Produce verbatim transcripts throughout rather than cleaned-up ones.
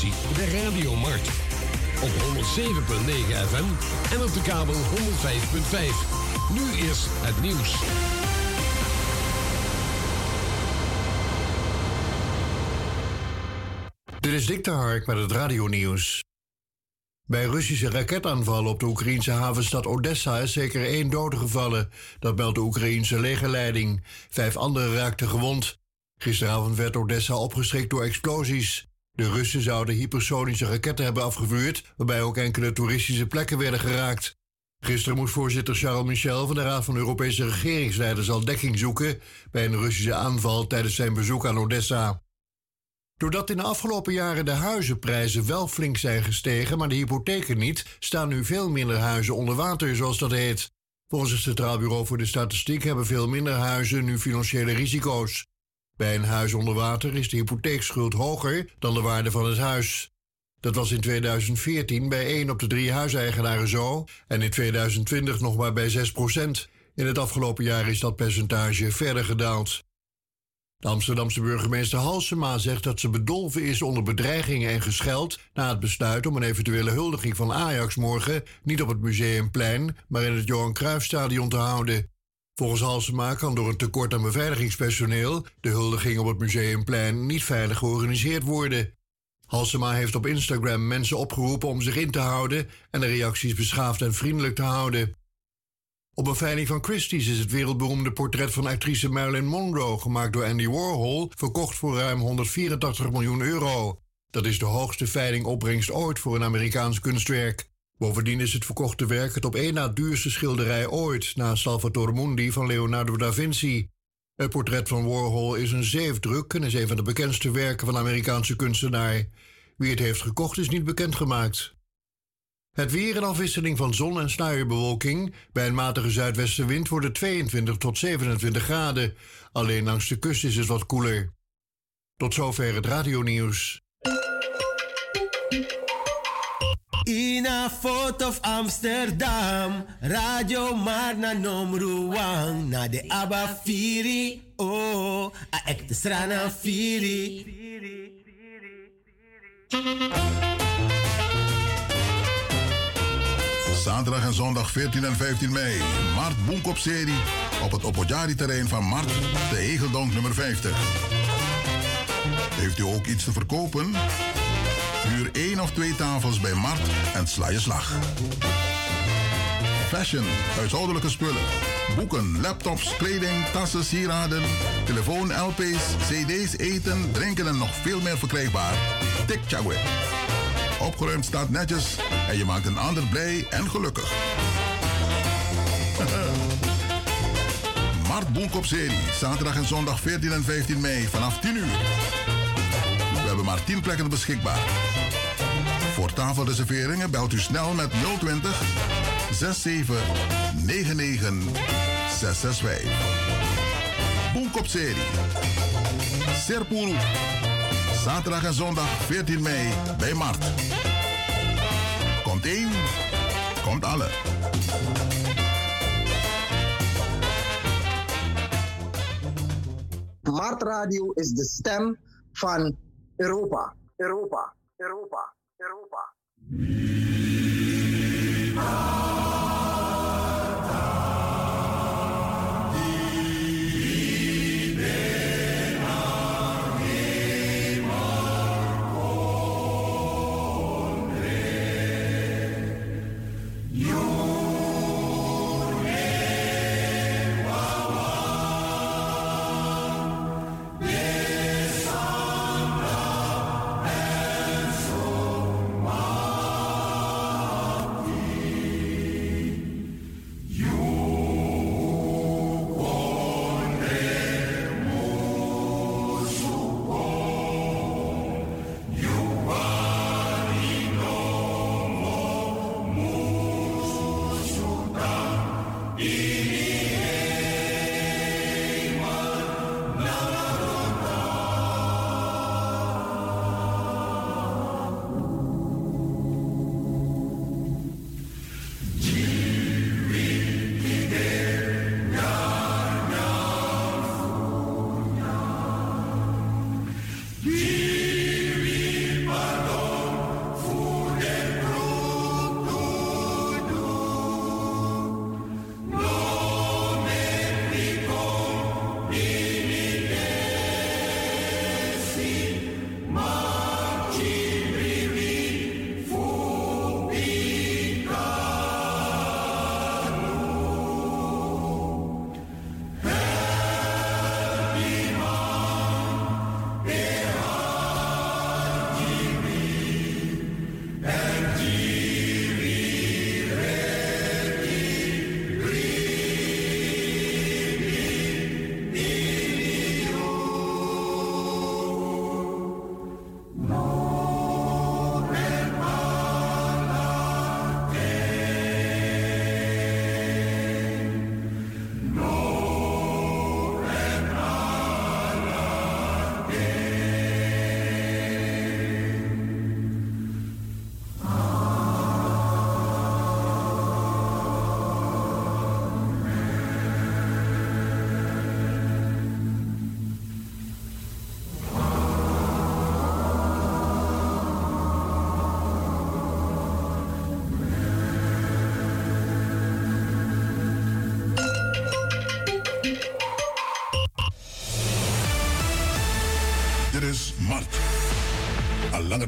station de Radiomarkt. Op honderdzeven komma negen F M en op de kabel honderdvijf komma vijf. Nu eerst het nieuws. Dit is Dick de Hark met het radionieuws. Bij Russische raketaanvallen op de Oekraïense havenstad Odessa is zeker één dode gevallen. Dat meldt de Oekraïense legerleiding. Vijf anderen raakten gewond. Gisteravond werd Odessa opgeschrikt door explosies. De Russen zouden hypersonische raketten hebben afgevuurd, waarbij ook enkele toeristische plekken werden geraakt. Gisteren moest voorzitter Charles Michel van de Raad van Europese regeringsleiders al dekking zoeken bij een Russische aanval tijdens zijn bezoek aan Odessa. Doordat in de afgelopen jaren de huizenprijzen wel flink zijn gestegen, maar de hypotheken niet, staan nu veel minder huizen onder water, zoals dat heet. Volgens het Centraal Bureau voor de Statistiek hebben veel minder huizen nu financiële risico's. Bij een huis onder water is de hypotheekschuld hoger dan de waarde van het huis. Dat was in tweeduizend veertien bij één op de drie huiseigenaren zo en in tweeduizend twintig nog maar bij zes procent. In het afgelopen jaar is dat percentage verder gedaald. De Amsterdamse burgemeester Halsema zegt dat ze bedolven is onder bedreigingen en gescheld na het besluit om een eventuele huldiging van Ajax morgen niet op het Museumplein, maar in het Johan Cruijffstadion te houden. Volgens Halsema kan door een tekort aan beveiligingspersoneel de huldiging op het Museumplein niet veilig georganiseerd worden. Halsema heeft op Instagram mensen opgeroepen om zich in te houden en de reacties beschaafd en vriendelijk te houden. Op een veiling van Christie's is het wereldberoemde portret van actrice Marilyn Monroe, gemaakt door Andy Warhol, verkocht voor ruim honderdvierentachtig miljoen euro. Dat is de hoogste veilingopbrengst ooit voor een Amerikaans kunstwerk. Bovendien is het verkochte werk het op één na duurste schilderij ooit, na Salvator Mundi van Leonardo da Vinci. Het portret van Warhol is een zeefdruk en is een van de bekendste werken van de Amerikaanse kunstenaar. Wie het heeft gekocht is niet bekendgemaakt. Het weer en afwisseling van zon- en sluierbewolking. Bij een matige zuidwestenwind wordt het tweeëntwintig tot zevenentwintig graden. Alleen langs de kust is het wat koeler. Tot zover het radionieuws. In a foto of Amsterdam, Radio Marna Nomruang, na de Abba Firi, oh, a ekte strana Firi. Zaterdag en zondag veertien en vijftien mei. Mart Boenkop-serie op het Opojari-terrein van Mart, de Hegeldonk nummer vijftig. Heeft u ook iets te verkopen? Huur één of twee tafels bij Mart en sla je slag. Fashion, huishoudelijke spullen, boeken, laptops, kleding, tassen, sieraden, telefoon, L P's, cd's, eten, drinken en nog veel meer verkrijgbaar. Tik Chagwe. Opgeruimd staat netjes en je maakt een ander blij en gelukkig. Mart Boenkop-serie, zaterdag en zondag veertien en vijftien mei vanaf tien uur. We hebben maar tien plekken beschikbaar. Voor tafelreserveringen belt u snel met nul twintig, zevenenzestig, negenennegentig, zeshonderdvijf. Boenkop-serie. Serpulu. Zaterdag en zondag veertien mei bij Mart. Komt één, komt alle. Mart Radio is de stem van Europa. Europa, Europa, Europa.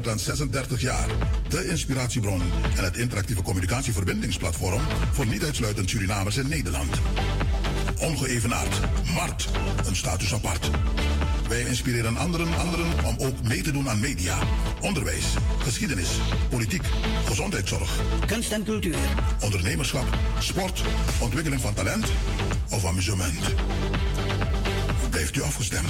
dan zesendertig jaar. De inspiratiebron en het interactieve communicatieverbindingsplatform voor niet uitsluitend Surinamers in Nederland. Ongeëvenaard. Mart. Een status apart. Wij inspireren anderen, anderen om ook mee te doen aan media, onderwijs, geschiedenis, politiek, gezondheidszorg, kunst en cultuur, ondernemerschap, sport, ontwikkeling van talent of amusement. Blijft u afgestemd.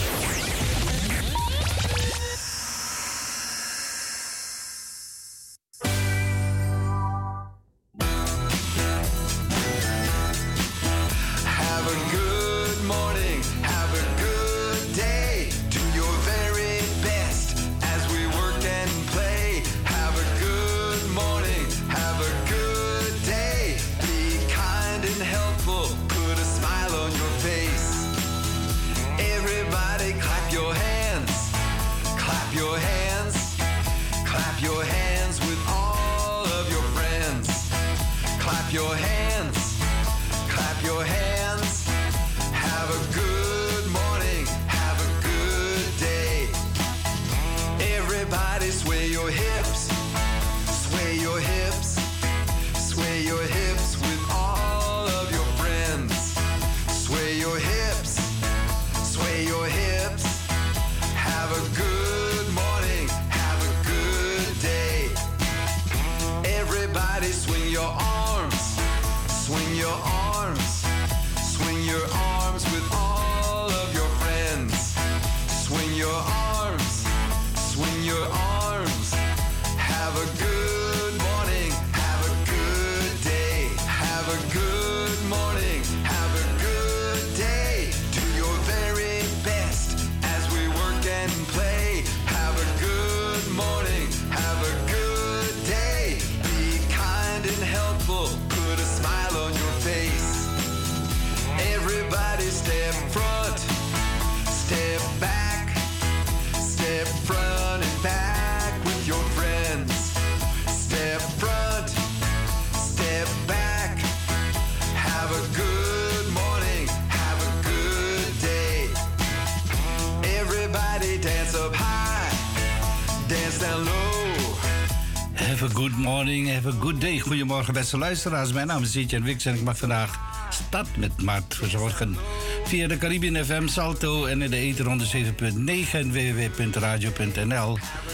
Have a good morning, have a good day. Goedemorgen beste luisteraars, mijn naam is Etienne Wicks en ik mag vandaag Stad met Mart verzorgen. Via de Caribbean F M Salto en in de ether honderd zeven punt negen en w w w punt radio punt n l.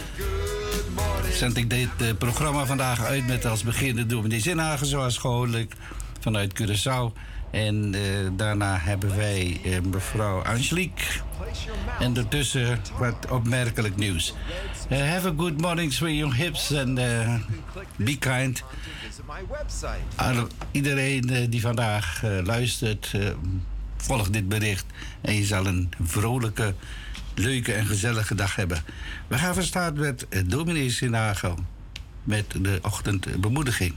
Zend ik dit uh, programma vandaag uit met als beginnende dominee Zinhagen, zoals gewoonlijk, vanuit Curaçao. En uh, daarna hebben wij uh, mevrouw Angelique. En daartussen wat opmerkelijk nieuws. Uh, have a good morning, swing your hips and uh, be kind. Aan iedereen uh, die vandaag uh, luistert, uh, volg dit bericht. En je zal een vrolijke, leuke en gezellige dag hebben. We gaan van start met uh, dominee Zinhagen met de ochtendbemoediging.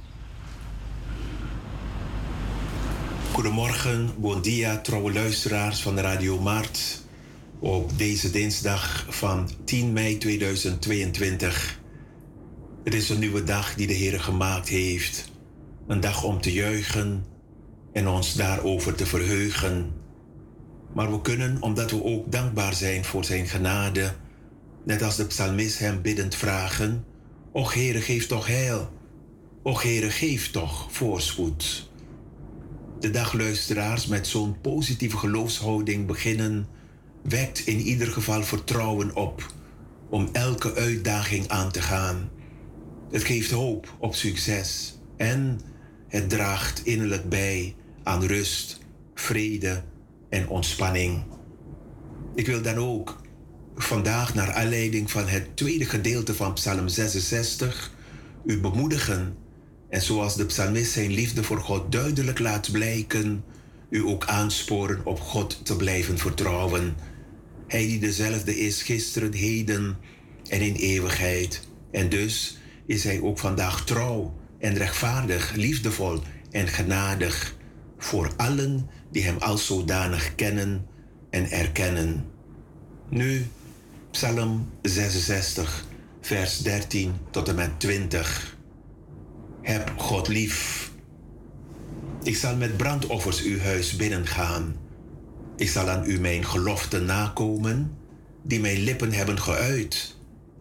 Goedemorgen, bon dia, trouwe luisteraars van de Radio Mart. Op deze dinsdag van tien mei tweeduizend tweeëntwintig. Het is een nieuwe dag die de Heer gemaakt heeft. Een dag om te juichen en ons daarover te verheugen. Maar we kunnen, omdat we ook dankbaar zijn voor zijn genade, net als de psalmist hem biddend vragen: Och Heere, geef toch heil. Och Heere, geef toch voorspoed. De dagluisteraars met zo'n positieve geloofshouding beginnen wekt in ieder geval vertrouwen op om elke uitdaging aan te gaan. Het geeft hoop op succes en het draagt innerlijk bij aan rust, vrede en ontspanning. Ik wil dan ook vandaag naar aanleiding van het tweede gedeelte van Psalm zesenzestig u bemoedigen en zoals de psalmist zijn liefde voor God duidelijk laat blijken, u ook aansporen op God te blijven vertrouwen. Hij die dezelfde is gisteren, heden en in eeuwigheid. En dus is hij ook vandaag trouw en rechtvaardig, liefdevol en genadig voor allen die hem als zodanig kennen en erkennen. Nu Psalm zesenzestig, vers dertien tot en met twintig. Heb God lief. Ik zal met brandoffers uw huis binnengaan. Ik zal aan u mijn geloften nakomen, die mijn lippen hebben geuit.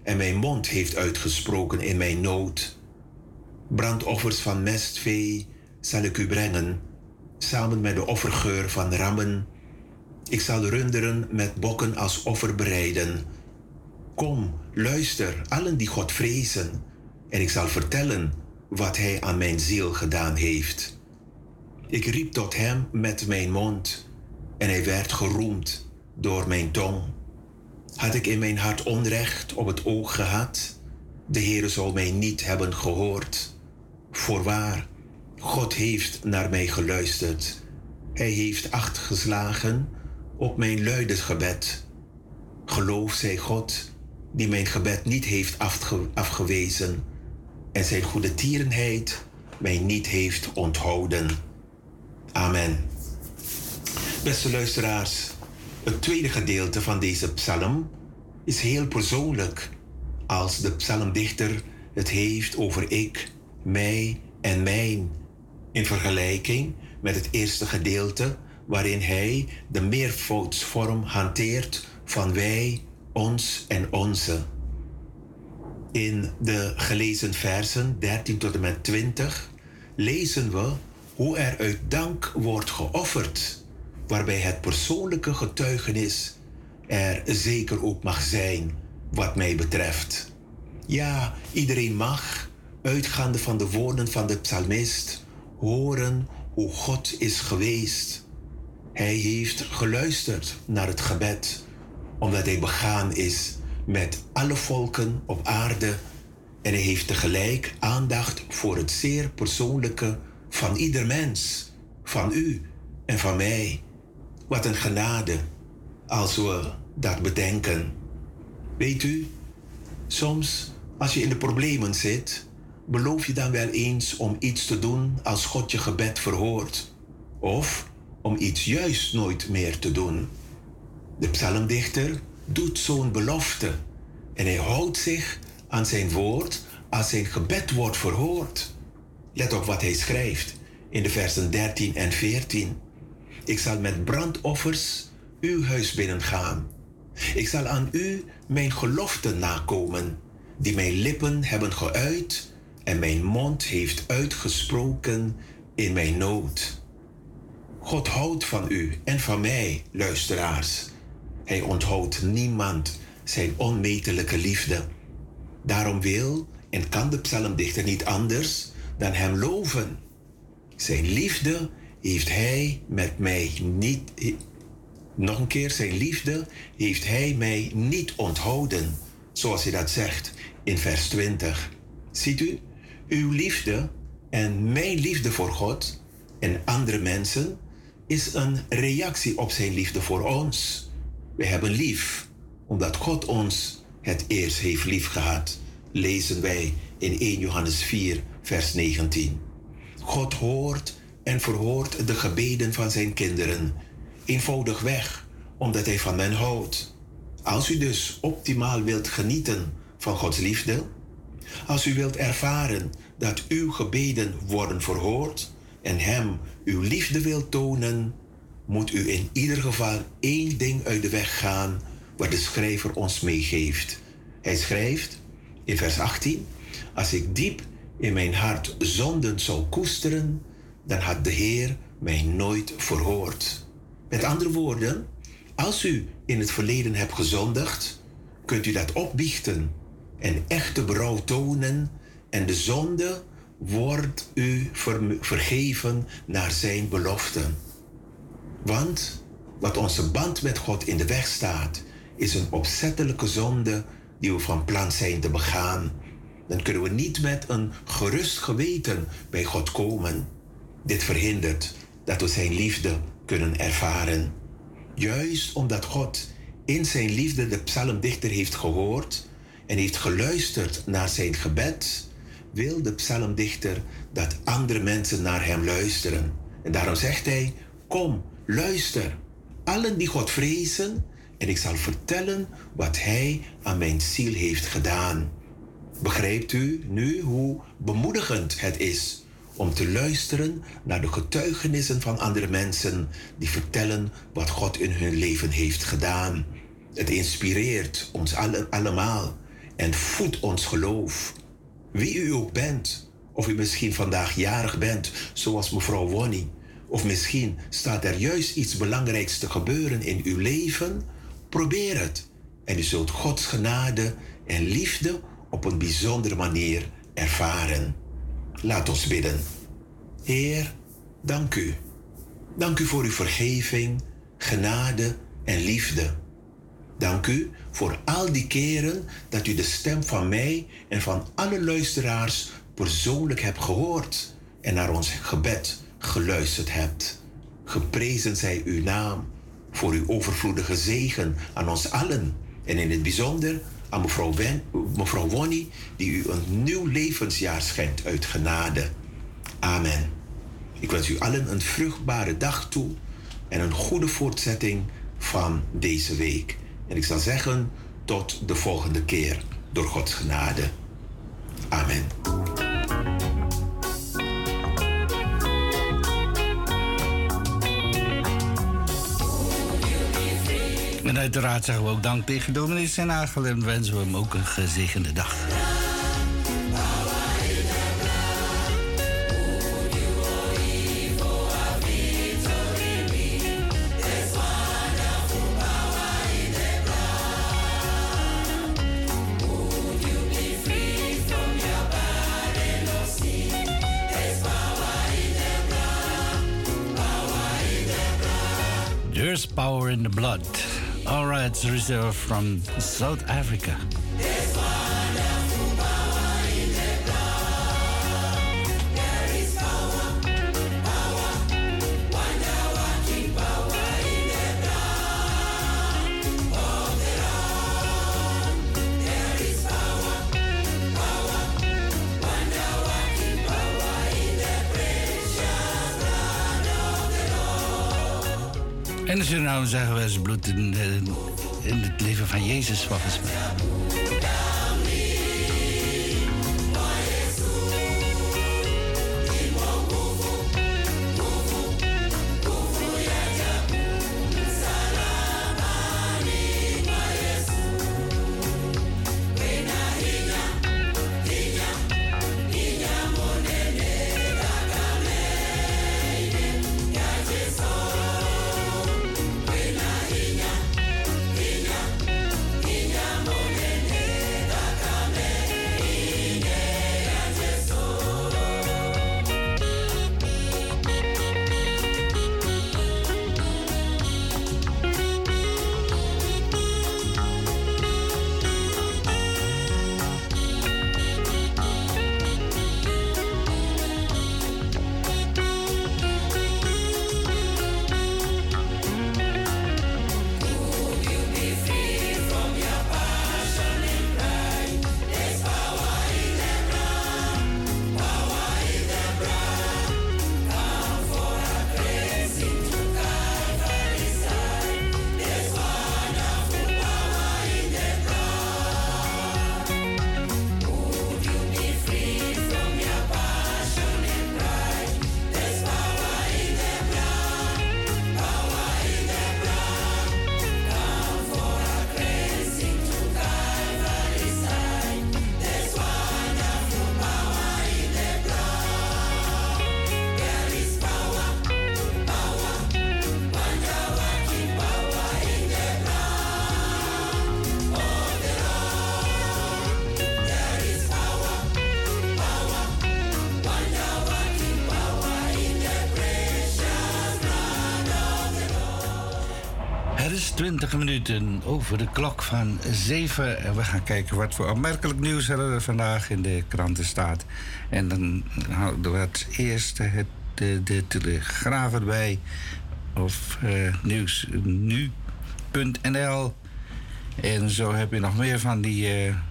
en mijn mond heeft uitgesproken in mijn nood. Brandoffers van mestvee zal ik u brengen, samen met de offergeur van rammen. Ik zal runderen met bokken als offer bereiden. Kom, luister, allen die God vrezen, en ik zal vertellen wat hij aan mijn ziel gedaan heeft. Ik riep tot hem met mijn mond, en hij werd geroemd door mijn tong. Had ik in mijn hart onrecht op het oog gehad, de Heere zou mij niet hebben gehoord. Voorwaar, God heeft naar mij geluisterd. Hij heeft acht geslagen op mijn luide gebed. Geloof zij God, die mijn gebed niet heeft afge- afgewezen en zijn goede tierenheid mij niet heeft onthouden. Amen. Beste luisteraars, het tweede gedeelte van deze psalm is heel persoonlijk, als de psalmdichter het heeft over ik, mij en mijn, in vergelijking met het eerste gedeelte waarin hij de meervoudsvorm hanteert van wij, ons en onze. In de gelezen versen dertien tot en met twintig lezen we hoe er uit dank wordt geofferd, waarbij het persoonlijke getuigenis er zeker ook mag zijn wat mij betreft. Ja, iedereen mag, uitgaande van de woorden van de psalmist, horen hoe God is geweest. Hij heeft geluisterd naar het gebed, omdat hij begaan is met alle volken op aarde, en hij heeft tegelijk aandacht voor het zeer persoonlijke van ieder mens, van u en van mij. Wat een genade als we dat bedenken. Weet u, soms als je in de problemen zit, beloof je dan wel eens om iets te doen als God je gebed verhoort, of om iets juist nooit meer te doen. De psalmdichter doet zo'n belofte en hij houdt zich aan zijn woord als zijn gebed wordt verhoord. Let op wat hij schrijft in de versen dertien en veertien. Ik zal met brandoffers uw huis binnengaan. Ik zal aan u mijn geloften nakomen, die mijn lippen hebben geuit en mijn mond heeft uitgesproken in mijn nood. God houdt van u en van mij, luisteraars. Hij onthoudt niemand zijn onmetelijke liefde. Daarom wil en kan de psalmdichter niet anders dan hem loven. Zijn liefde heeft hij met mij niet... Nog een keer, zijn liefde heeft hij mij niet onthouden, zoals hij dat zegt in vers twintig. Ziet u, uw liefde en mijn liefde voor God en andere mensen is een reactie op zijn liefde voor ons. We hebben lief, omdat God ons het eerst heeft lief gehad, lezen wij in eerste Johannes vier, vers negentien. God hoort en verhoort de gebeden van zijn kinderen, eenvoudigweg omdat hij van hen houdt. Als u dus optimaal wilt genieten van Gods liefde, als u wilt ervaren dat uw gebeden worden verhoord en hem uw liefde wilt tonen, moet u in ieder geval één ding uit de weg gaan wat de schrijver ons meegeeft. Hij schrijft in vers achttien, als ik diep in mijn hart zonden zou koesteren, dan had de Heer mij nooit verhoord. Met andere woorden, als u in het verleden hebt gezondigd, kunt u dat opbiechten en echte berouw tonen en de zonde wordt u ver- vergeven naar zijn beloften. Want wat onze band met God in de weg staat, is een opzettelijke zonde die we van plan zijn te begaan. Dan kunnen we niet met een gerust geweten bij God komen. Dit verhindert dat we zijn liefde kunnen ervaren. Juist omdat God in zijn liefde de psalmdichter heeft gehoord en heeft geluisterd naar zijn gebed, wil de psalmdichter dat andere mensen naar hem luisteren. En daarom zegt hij, kom, luister, allen die God vrezen, en ik zal vertellen wat hij aan mijn ziel heeft gedaan. Begrijpt u nu hoe bemoedigend het is om te luisteren naar de getuigenissen van andere mensen die vertellen wat God in hun leven heeft gedaan? Het inspireert ons alle, allemaal en voed ons geloof. Wie u ook bent, of u misschien vandaag jarig bent, zoals mevrouw Wonnie, of misschien staat er juist iets belangrijks te gebeuren in uw leven, probeer het. En u zult Gods genade en liefde op een bijzondere manier ervaren. Laat ons bidden. Heer, dank u. Dank u voor uw vergeving, genade en liefde. Dank u voor al die keren dat u de stem van mij en van alle luisteraars persoonlijk hebt gehoord en naar ons gebed geluisterd hebt. Geprezen zij uw naam voor uw overvloedige zegen aan ons allen en in het bijzonder aan mevrouw, Wen, mevrouw Wonnie, die u een nieuw levensjaar schenkt uit genade. Amen. Ik wens u allen een vruchtbare dag toe en een goede voortzetting van deze week. En ik zal zeggen, tot de volgende keer, door Gods genade. Amen. En uiteraard zeggen we ook dank tegen dominee Sen Nagel en wensen we hem ook een gezegende dag. There's power in the blood. All right, it's reserved from South Africa. En in Suriname zeggen we zijn bloed in, in het leven van Jezus, volgens mij. twintig minuten over de klok van zeven. En we gaan kijken wat voor opmerkelijk nieuws er vandaag in de kranten staat. En dan houden we het eerst het, de, de Telegraaf erbij. Of uh, nieuws nu punt n l. En zo heb je nog meer van die uh,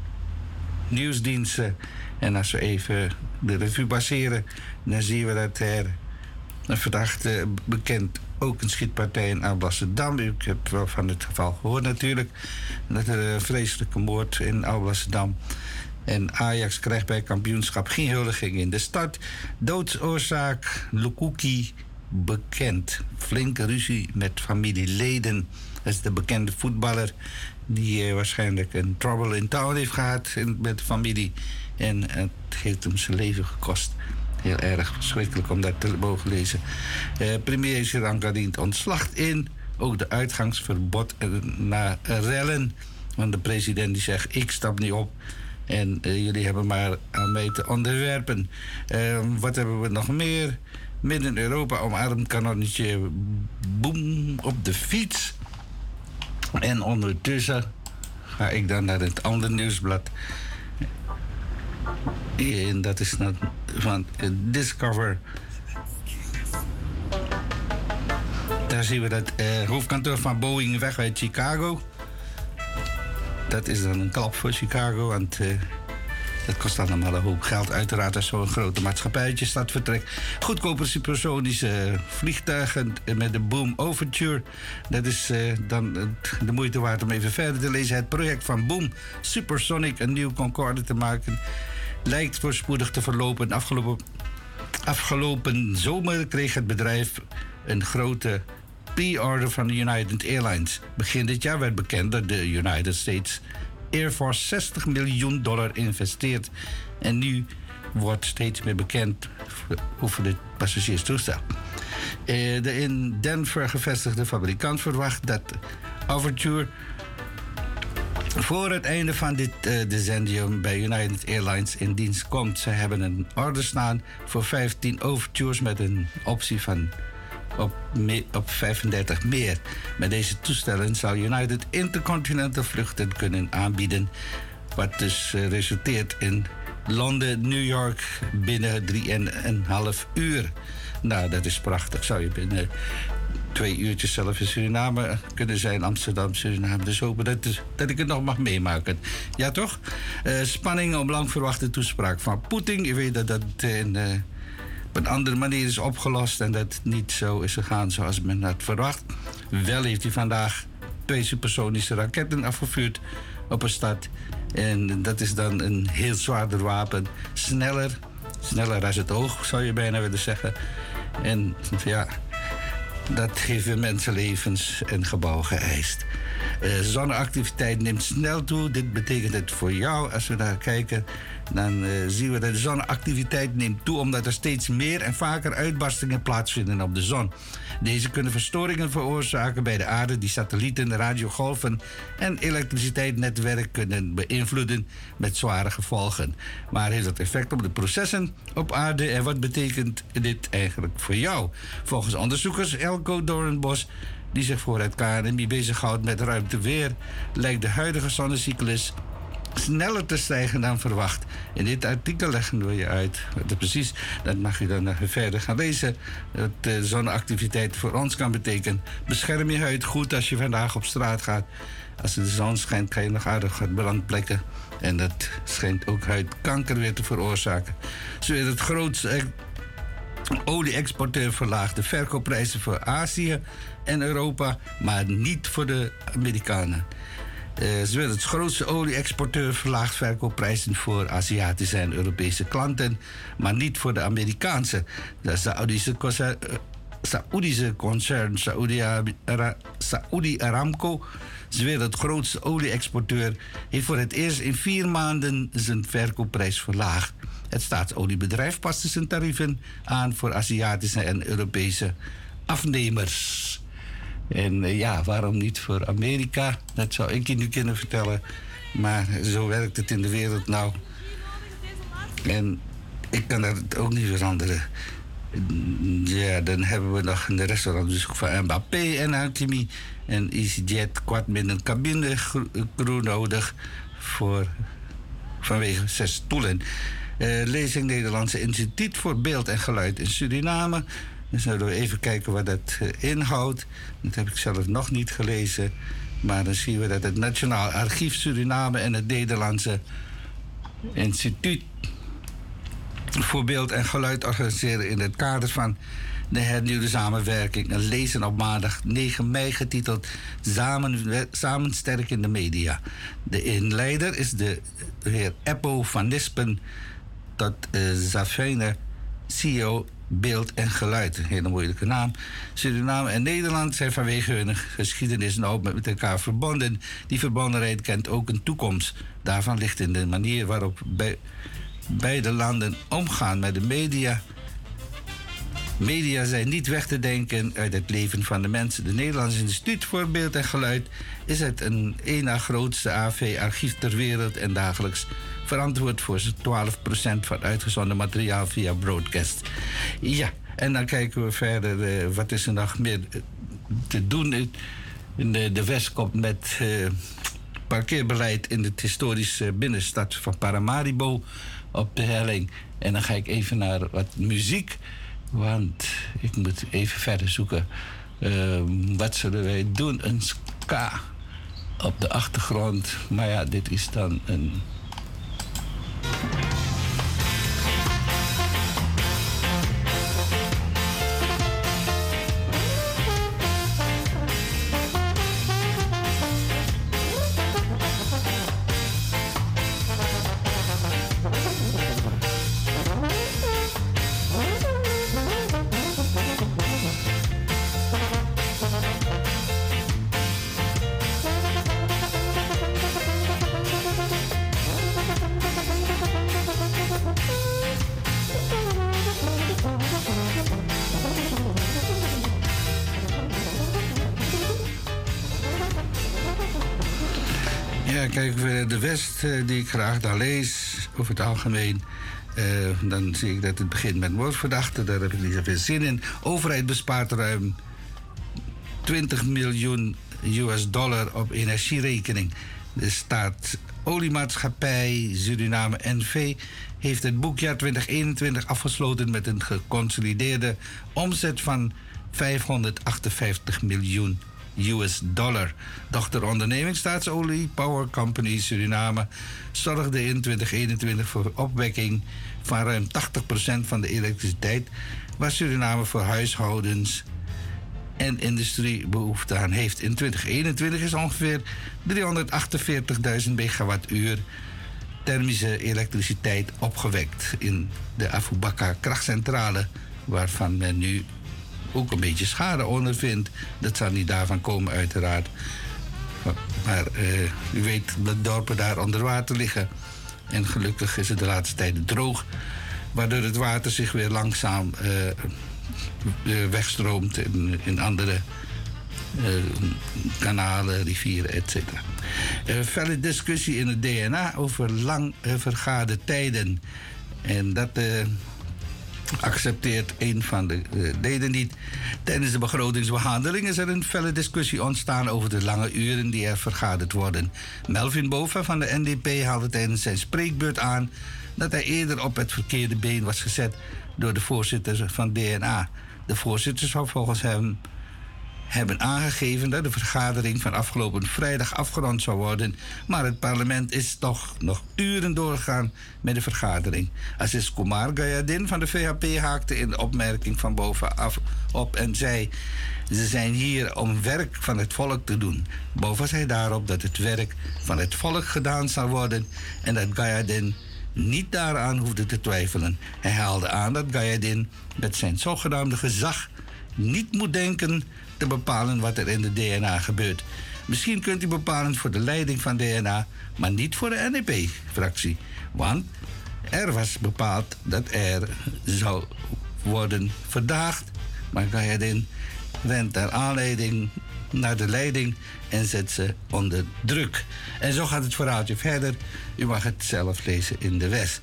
nieuwsdiensten. En als we even de revue baseren, dan zien we dat er een verdachte bekend ook een schietpartij in Alblasserdam. U hebt wel van het geval gehoord natuurlijk. Dat er een vreselijke moord in Alblasserdam. En Ajax krijgt bij kampioenschap geen huldiging in de stad. Doodsoorzaak Lukuki bekend. Flinke ruzie met familieleden. Dat is de bekende voetballer die uh, waarschijnlijk een trouble in town heeft gehad in, met de familie. En het heeft hem zijn leven gekost. Heel erg verschrikkelijk om dat te mogen lezen. Uh, premier Sri Lanka dient ontslag in. Ook de uitgangsverbod uh, na uh, rellen. Want de president die zegt, ik stap niet op. En uh, jullie hebben maar aan mij te onderwerpen. Uh, wat hebben we nog meer? Midden Europa omarmt kanonnetje boem op de fiets. En ondertussen ga ik dan naar het andere nieuwsblad. En dat is van Discover. Daar zien we dat uh, hoofdkantoor van Boeing weg uit Chicago. Dat is dan een klap voor Chicago, want uh, dat kost allemaal een hoop geld. Uiteraard als zo'n grote maatschappijtje staat vertrekt. Goedkope supersonische vliegtuigen met de Boom Overture. Dat is uh, dan uh, de moeite waard om even verder te lezen. Het project van Boom Supersonic, een nieuw Concorde te maken, lijkt voorspoedig te verlopen. Afgelopen, afgelopen zomer kreeg het bedrijf een grote pre-order van de United Airlines. Begin dit jaar werd bekend dat de United States Air Force zestig miljoen dollar investeert. En nu wordt steeds meer bekend over dit passagierstoestel. De in Denver gevestigde fabrikant verwacht dat Overture voor het einde van dit uh, decennium bij United Airlines in dienst komt. Ze hebben een order staan voor vijftien Overtures met een optie van op, me, op vijfendertig meer. Met deze toestellen zal United intercontinental vluchten kunnen aanbieden, wat dus uh, resulteert in Londen, New York binnen drie en een half uur. Nou, dat is prachtig. Zou je binnen twee uurtjes zelf in Suriname kunnen zijn, Amsterdam, Suriname. Dus hopen dat, dat ik het nog mag meemaken. Ja, toch? Uh, spanning om lang verwachte toespraak van Poetin. Je weet dat dat in, uh, op een andere manier is opgelost en dat het niet zo is gegaan zoals men had verwacht. Wel heeft hij vandaag twee supersonische raketten afgevuurd op een stad. En dat is dan een heel zwaarder wapen. Sneller, sneller als het oog, zou je bijna willen zeggen. En ja, dat heeft weer mensenlevens en gebouwen geëist. Uh, zonneactiviteit neemt snel toe. Dit betekent het voor jou, als we daar kijken, dan uh, zien we dat de zonneactiviteit neemt toe omdat er steeds meer en vaker uitbarstingen plaatsvinden op de zon. Deze kunnen verstoringen veroorzaken bij de aarde die satellieten, radiogolven en elektriciteitsnetwerk kunnen beïnvloeden met zware gevolgen. Maar heeft dat effect op de processen op aarde en wat betekent dit eigenlijk voor jou? Volgens onderzoekers Elko Doornbos, die zich voor het K N M I bezighoudt met ruimteweer, lijkt de huidige zonnecyclus sneller te stijgen dan verwacht. In dit artikel leggen we je uit wat het precies, dat mag je dan verder gaan lezen, dat de zonneactiviteit voor ons kan betekenen. Bescherm je huid goed als je vandaag op straat gaat. Als de zon schijnt, kan je nog aardig wat brandplekken. En dat schijnt ook huidkanker weer te veroorzaken. Zo is het grootste olie-exporteur verlaagt de verkoopprijzen voor Azië en Europa, maar niet voor de Amerikanen. Uh, ze willen het grootste olie-exporteur verlaagt verkoopprijzen voor Aziatische en Europese klanten, maar niet voor de Amerikaanse. De Saoedische concern, uh, Saoedische concern Saudi Aramco, ze willen het grootste olie-exporteur, heeft voor het eerst in vier maanden zijn verkoopprijs verlaagd. Het staatsoliebedrijf paste zijn tarieven aan voor Aziatische en Europese afnemers. En uh, ja, waarom niet voor Amerika? Dat zou ik je nu kunnen vertellen. Maar zo werkt het in de wereld nou. En ik kan dat ook niet veranderen. Ja, dan hebben we nog in de restaurantbezoek van Mbappé en Hakimi. En EasyJet kwart met een cabinecrew nodig voor, vanwege zes stoelen. Uh, lezing Nederlandse Instituut voor Beeld en Geluid in Suriname. Dan zullen we even kijken wat dat uh, inhoudt. Dat heb ik zelf nog niet gelezen. Maar dan zien we dat het Nationaal Archief Suriname en het Nederlandse Instituut voor Beeld en Geluid organiseren in het kader van de hernieuwde samenwerking een lezen op maandag negen mei getiteld Samen, Samen sterk in de media. De inleider is de heer Eppo van Nispen tot uh, Zafijne, C E O beeld en geluid. Een hele moeilijke naam. Suriname en Nederland zijn vanwege hun geschiedenis nauw met elkaar verbonden. Die verbondenheid kent ook een toekomst. Daarvan ligt in de manier waarop bij beide landen omgaan met de media. Media zijn niet weg te denken uit het leven van de mensen. De Nederlandse Instituut voor Beeld en Geluid is het een één na grootste A V-archief ter wereld en dagelijks verantwoord voor twaalf procent van uitgezonden materiaal via broadcast. Ja, en dan kijken we verder. Uh, wat is er nog meer te doen? In de, de West komt met uh, parkeerbeleid in de historische binnenstad van Paramaribo op de helling. En dan ga ik even naar wat muziek. Want ik moet even verder zoeken. Uh, wat zullen wij doen? Een ska op de achtergrond. Maar ja, dit is dan een... Kijk, de West die ik graag dan lees, over het algemeen. Uh, dan zie ik dat het begint met moordverdachten. Daar heb ik niet zoveel zin in. Overheid bespaart ruim twintig miljoen U S dollar op energierekening. De staatsoliemaatschappij Suriname N V heeft het boekjaar twintig eenentwintig afgesloten met een geconsolideerde omzet van vijfhonderdachtenvijftig miljoen U S dollar. Dochteronderneming Staatsolie Power Company Suriname zorgde in twintig eenentwintig voor opwekking van ruim tachtig procent van de elektriciteit waar Suriname voor huishoudens en industrie behoefte aan heeft. In twintig eenentwintig is ongeveer driehonderdachtenveertigduizend megawattuur thermische elektriciteit opgewekt in de Afubaka krachtcentrale, waarvan men nu ook een beetje schade ondervindt. Dat zal niet daarvan komen, uiteraard. Maar uh, u weet dat dorpen daar onder water liggen. En gelukkig is het de laatste tijd droog, waardoor het water zich weer langzaam uh, uh, wegstroomt in, in andere uh, kanalen, rivieren, et cetera. Uh, felle discussie in het D N A over lang uh, vergade tijden. En dat Uh, accepteert een van de uh, leden niet. Tijdens de begrotingsbehandeling is er een felle discussie ontstaan over de lange uren die er vergaderd worden. Melvin Bova van de N D P haalde tijdens zijn spreekbeurt aan dat hij eerder op het verkeerde been was gezet door de voorzitter van D N A. De voorzitter zou volgens hem hebben aangegeven dat de vergadering van afgelopen vrijdag afgerond zou worden, maar het parlement is toch nog uren doorgegaan met de vergadering. Aziz Kumar Gayadin van de V H P haakte in de opmerking van boven af op en zei: ze zijn hier om werk van het volk te doen. Boven zei daarop dat het werk van het volk gedaan zou worden en dat Gayadin niet daaraan hoefde te twijfelen. Hij haalde aan dat Gayadin met zijn zogenaamde gezag niet moet denken te bepalen wat er in de D N A gebeurt. Misschien kunt u bepalen voor de leiding van D N A, maar niet voor de N D P-fractie. Want er was bepaald dat er zou worden verdaagd, maar Gayadin rent naar aanleiding naar de leiding en zet ze onder druk. En zo gaat het verhaaltje verder. U mag het zelf lezen in de West.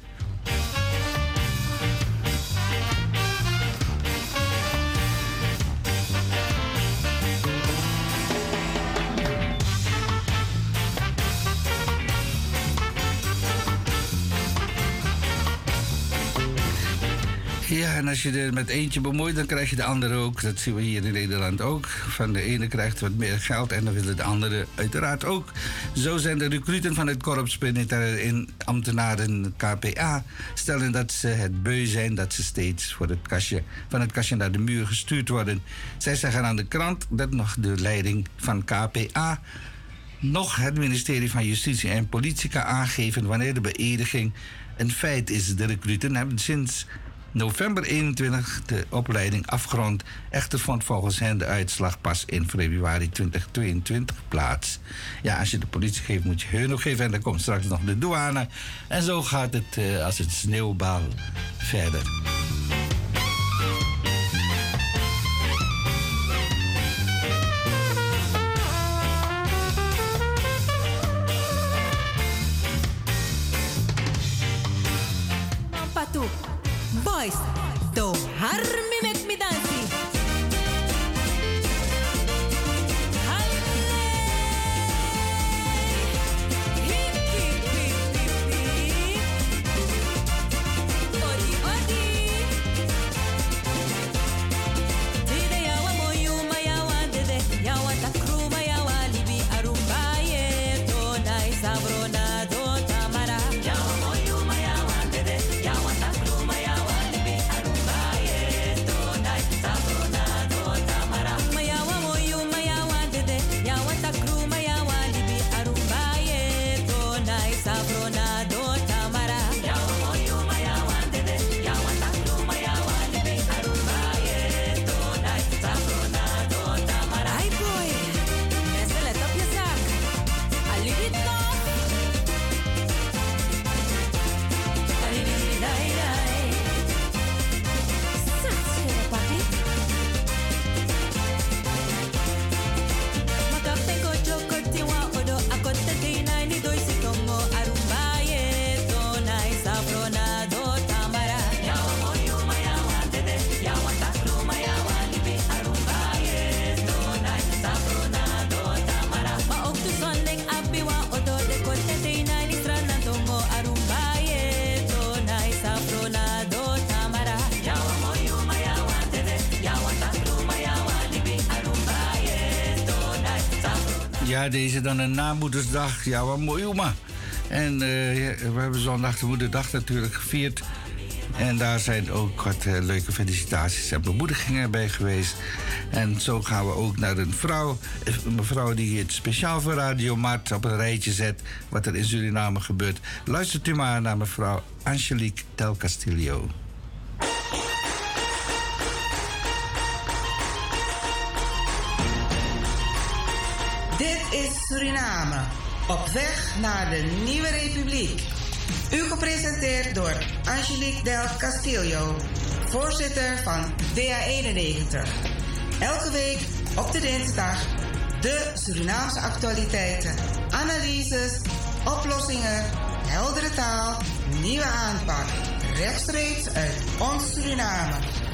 Ja, en als je er met eentje bemoeit, dan krijg je de andere ook. Dat zien we hier in Nederland ook. Van de ene krijgt wat meer geld en dan wil de andere uiteraard ook. Zo zijn de recruten van het korps militaire ambtenaren K P A stellen dat ze het beu zijn dat ze steeds voor het kastje, van het kastje naar de muur gestuurd worden. Zij zeggen aan de krant dat nog de leiding van K P A nog het ministerie van Justitie en Politie kan aangeven wanneer de beëdiging een feit is. De recruten hebben sinds november eenentwintig de opleiding afgerond. Echter vond volgens hen de uitslag pas in februari twintig tweeëntwintig plaats. Ja, als je de politie geeft, moet je hun nog geven. En dan komt straks nog de douane. En zo gaat het uh, als het sneeuwbal verder. Boys, do harmi make me dancing. Ja, deze dan een namoedersdag. Ja, wat mooi, oma. En uh, we hebben zondag de moederdag natuurlijk gevierd. En daar zijn ook wat uh, leuke felicitaties en bemoedigingen bij geweest. En zo gaan we ook naar een vrouw. Een mevrouw die het speciaal voor Radio Mart op een rijtje zet. Wat er in Suriname gebeurt. Luistert u maar naar mevrouw Angelique Del Castillo. Dit is Suriname, op weg naar de nieuwe republiek. U gepresenteerd door Angelique Del Castillo, voorzitter van D A eenennegentig. Elke week op de dinsdag de Surinaamse actualiteiten, analyses, oplossingen, heldere taal, nieuwe aanpak. Rechtstreeks uit ons Suriname.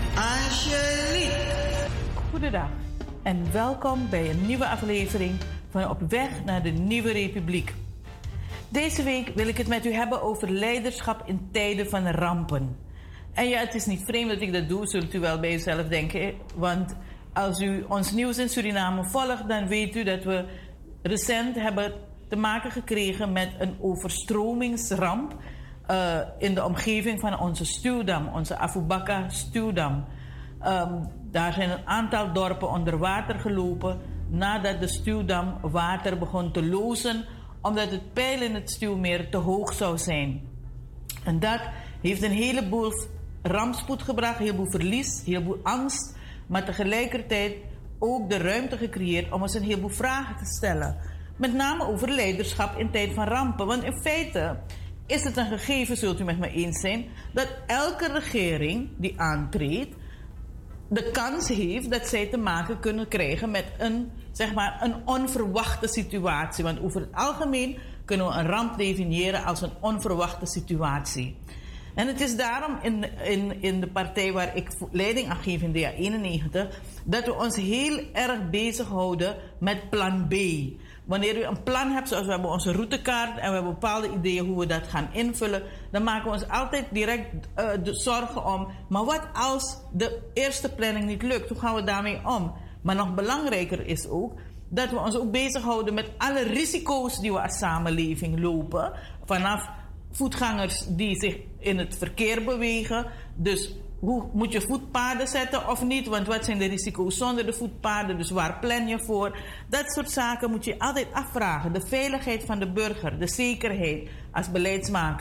Angelique. Goedendag en welkom bij een nieuwe aflevering van Op weg naar de nieuwe republiek. Deze week wil ik het met u hebben over leiderschap in tijden van rampen. En ja, het is niet vreemd dat ik dat doe, zult u wel bij uzelf denken. Want als u ons nieuws in Suriname volgt, dan weet u dat we recent hebben te maken gekregen met een overstromingsramp uh, in de omgeving van onze stuwdam, onze Afubaka stuwdam. Um, daar zijn een aantal dorpen onder water gelopen nadat de stuwdam water begon te lozen, omdat het peil in het stuwmeer te hoog zou zijn. En dat heeft een heleboel rampspoed gebracht, een heleboel verlies, een heleboel angst, maar tegelijkertijd ook de ruimte gecreëerd om ons een heleboel vragen te stellen. Met name over leiderschap in tijd van rampen. Want in feite is het een gegeven, zult u met me eens zijn, dat elke regering die aantreedt de kans heeft dat zij te maken kunnen krijgen met een, zeg maar, een onverwachte situatie. Want over het algemeen kunnen we een ramp definiëren als een onverwachte situatie. En het is daarom in, in, in de partij waar ik leiding aan geef in D A eenennegentig, dat we ons heel erg bezighouden met plan B. Wanneer u een plan hebt, zoals we hebben onze routekaart en we hebben bepaalde ideeën hoe we dat gaan invullen, dan maken we ons altijd direct uh, de zorgen om, maar wat als de eerste planning niet lukt? Hoe gaan we daarmee om? Maar nog belangrijker is ook dat we ons ook bezighouden met alle risico's die we als samenleving lopen, vanaf voetgangers die zich in het verkeer bewegen. Dus hoe moet je voetpaden zetten of niet? Want wat zijn de risico's zonder de voetpaden? Dus waar plan je voor? Dat soort zaken moet je altijd afvragen. De veiligheid van de burger, de zekerheid als beleidsmaker.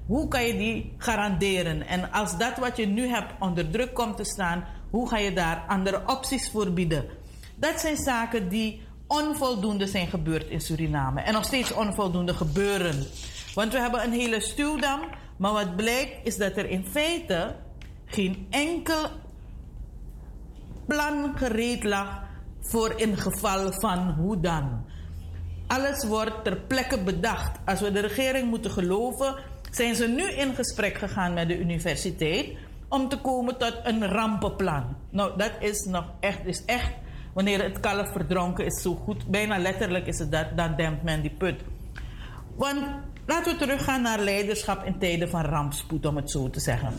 hoe kan je die garanderen? En als dat wat je nu hebt onder druk komt te staan, hoe ga je daar andere opties voor bieden? Dat zijn zaken die onvoldoende zijn gebeurd in Suriname. En nog steeds onvoldoende gebeuren. Want we hebben een hele stuwdam. Maar wat blijkt is dat er in feite geen enkel plan gereed lag voor in geval van hoe dan. Alles wordt ter plekke bedacht. Als we de regering moeten geloven, zijn ze nu in gesprek gegaan met de universiteit om te komen tot een rampenplan. Nou, dat is nog echt, is echt, wanneer het kalf verdronken is, zo goed. Bijna letterlijk is het dat, dan dempt men die put. Want laten we teruggaan naar leiderschap in tijden van rampspoed, om het zo te zeggen.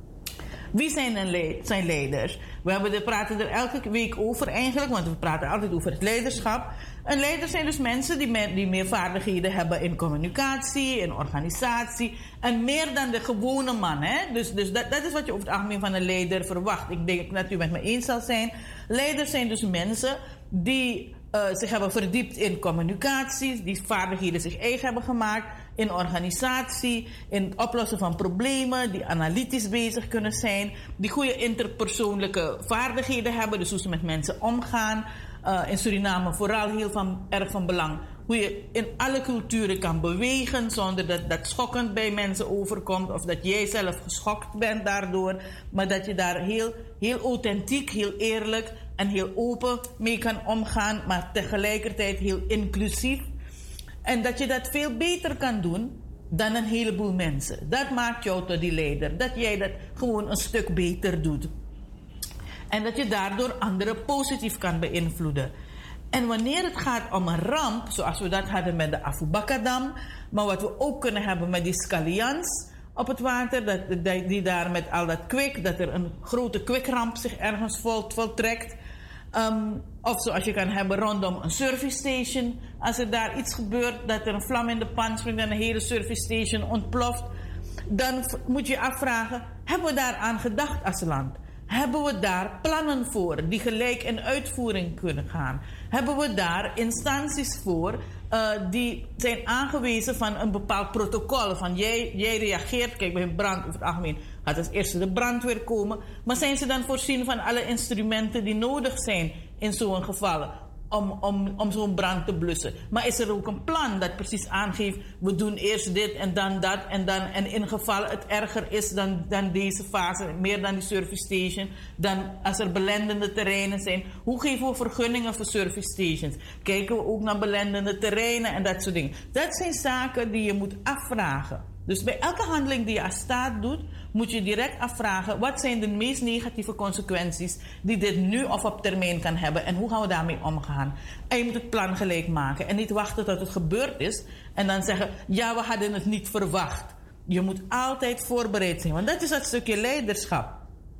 Wie zijn, een le- zijn leiders? We hebben de, praten er elke week over eigenlijk, want we praten altijd over het leiderschap. En leiders zijn dus mensen die, me- die meer vaardigheden hebben in communicatie, in organisatie. En meer dan de gewone man. Hè? Dus, dus dat, dat is wat je over het algemeen van een leider verwacht. Ik denk dat u met me eens zal zijn. Leiders zijn dus mensen die uh, zich hebben verdiept in communicatie, die vaardigheden zich eigen hebben gemaakt, in organisatie, in het oplossen van problemen, die analytisch bezig kunnen zijn, die goede interpersoonlijke vaardigheden hebben, dus hoe ze met mensen omgaan. Uh, in Suriname vooral heel van, erg van belang hoe je in alle culturen kan bewegen zonder dat dat schokkend bij mensen overkomt of dat jij zelf geschokt bent daardoor, maar dat je daar heel, heel authentiek, heel eerlijk en heel open mee kan omgaan, maar tegelijkertijd heel inclusief. En dat je dat veel beter kan doen dan een heleboel mensen. Dat maakt jou tot die leider. Dat jij dat gewoon een stuk beter doet. En dat je daardoor anderen positief kan beïnvloeden. En wanneer het gaat om een ramp, zoals we dat hadden met de Afubakadam, maar wat we ook kunnen hebben met die scallions op het water, dat, die daar met al dat kwik, dat er een grote kwikramp zich ergens vol, voltrekt. Um, of zoals je kan hebben rondom een service station. Als er daar iets gebeurt, dat er een vlam in de pan springt en een hele service station ontploft, dan moet je je afvragen, hebben we daar aan gedacht als land? Hebben we daar plannen voor die gelijk in uitvoering kunnen gaan? Hebben we daar instanties voor uh, die zijn aangewezen van een bepaald protocol? Van jij, jij reageert, kijk bij een brand over het algemeen gaat als eerste de brandweer komen. Maar zijn ze dan voorzien van alle instrumenten die nodig zijn in zo'n geval? Om, om, om zo'n brand te blussen. Maar is er ook een plan dat precies aangeeft, we doen eerst dit en dan dat en dan, en in geval het erger is dan, dan deze fase, meer dan die service station, dan als er belendende terreinen zijn, hoe geven we vergunningen voor service stations? Kijken we ook naar belendende terreinen en dat soort dingen. Dat zijn zaken die je moet afvragen. Dus bij elke handeling die je als staat doet, moet je direct afvragen, wat zijn de meest negatieve consequenties die dit nu of op termijn kan hebben en hoe gaan we daarmee omgaan? En je moet het plan gelijk maken en niet wachten tot het gebeurd is en dan zeggen, ja, we hadden het niet verwacht. Je moet altijd voorbereid zijn, want dat is dat stukje leiderschap.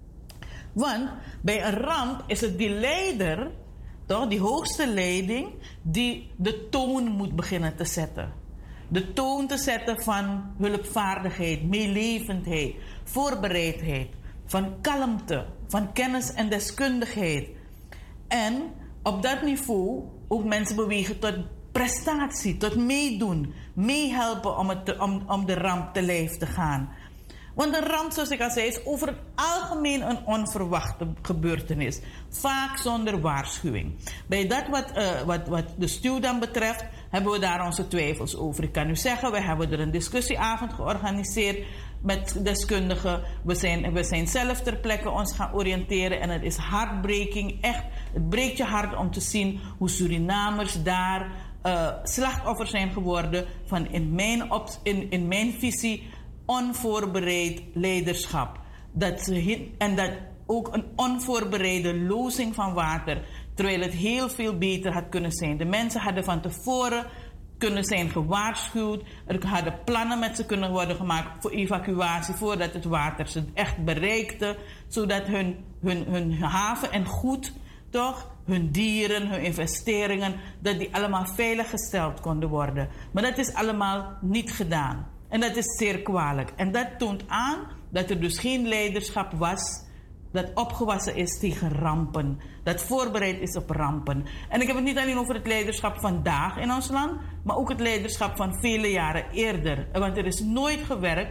Want bij een ramp is het die leider, toch, die hoogste leiding, die de toon moet beginnen te zetten. De toon te zetten van hulpvaardigheid, meelevendheid, voorbereidheid, van kalmte, van kennis en deskundigheid. En op dat niveau ook mensen bewegen tot prestatie, tot meedoen, meehelpen om, het te, om, om de ramp te lijf te gaan. Want een ramp, zoals ik al zei, is over het algemeen een onverwachte gebeurtenis. Vaak zonder waarschuwing. Bij dat wat, uh, wat, wat de stuwdam betreft, hebben we daar onze twijfels over. Ik kan u zeggen, we hebben er een discussieavond georganiseerd met deskundigen. We zijn, we zijn zelf ter plekke ons gaan oriënteren en het is heartbreaking. Echt, het breekt je hart om te zien hoe Surinamers daar uh, slachtoffers zijn geworden van in mijn, op, in, in mijn visie onvoorbereid leiderschap. Dat ze, en dat ook een onvoorbereide lozing van water, terwijl het heel veel beter had kunnen zijn. De mensen hadden van tevoren kunnen zijn gewaarschuwd. Er hadden plannen met ze kunnen worden gemaakt voor evacuatie voordat het water ze echt bereikte, zodat hun, hun, hun haven en goed, toch, hun dieren, hun investeringen, dat die allemaal veilig gesteld konden worden. Maar dat is allemaal niet gedaan. En dat is zeer kwalijk. En dat toont aan dat er dus geen leiderschap was dat opgewassen is tegen rampen. Dat voorbereid is op rampen. En ik heb het niet alleen over het leiderschap vandaag in ons land, maar ook het leiderschap van vele jaren eerder. Want er is nooit gewerkt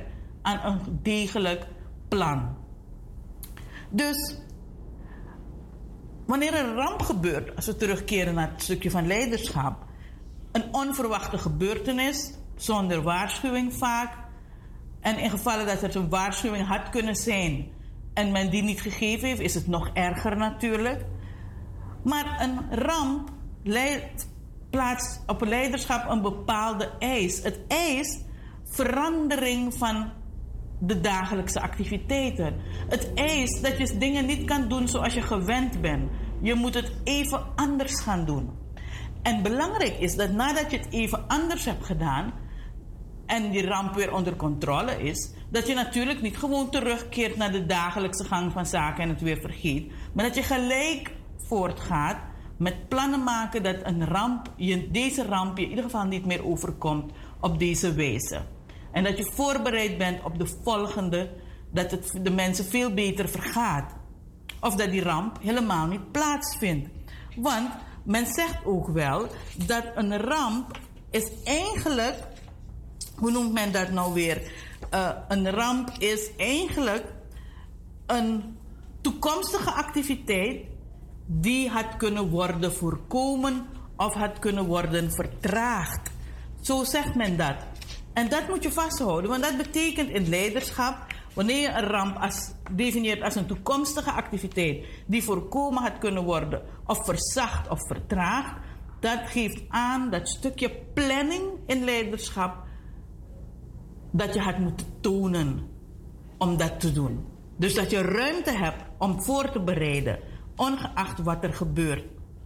aan een degelijk plan. Dus wanneer een ramp gebeurt, als we terugkeren naar het stukje van leiderschap, een onverwachte gebeurtenis, zonder waarschuwing vaak, en in gevallen dat er een waarschuwing had kunnen zijn en men die niet gegeven heeft, is het nog erger natuurlijk. Maar een ramp leidt, plaatst op leiderschap een bepaalde eis. Het eist verandering van de dagelijkse activiteiten. Het eist dat je dingen niet kan doen zoals je gewend bent. Je moet het even anders gaan doen. En belangrijk is dat nadat je het even anders hebt gedaan en die ramp weer onder controle is, dat je natuurlijk niet gewoon terugkeert naar de dagelijkse gang van zaken en het weer vergeet, maar dat je gelijk voortgaat met plannen maken dat een ramp, je, deze ramp je in ieder geval niet meer overkomt op deze wijze. En dat je voorbereid bent op de volgende, dat het de mensen veel beter vergaat. Of dat die ramp helemaal niet plaatsvindt. Want men zegt ook wel dat een ramp is eigenlijk, hoe noemt men dat nou weer? Uh, een ramp is eigenlijk een toekomstige activiteit die had kunnen worden voorkomen of had kunnen worden vertraagd. Zo zegt men dat. En dat moet je vasthouden, want dat betekent in leiderschap, wanneer je een ramp als, definieert als een toekomstige activiteit die voorkomen had kunnen worden of verzacht of vertraagd, dat geeft aan dat stukje planning in leiderschap dat je had moeten tonen om dat te doen. Dus dat je ruimte hebt om voor te bereiden, ongeacht wat er gebeurt.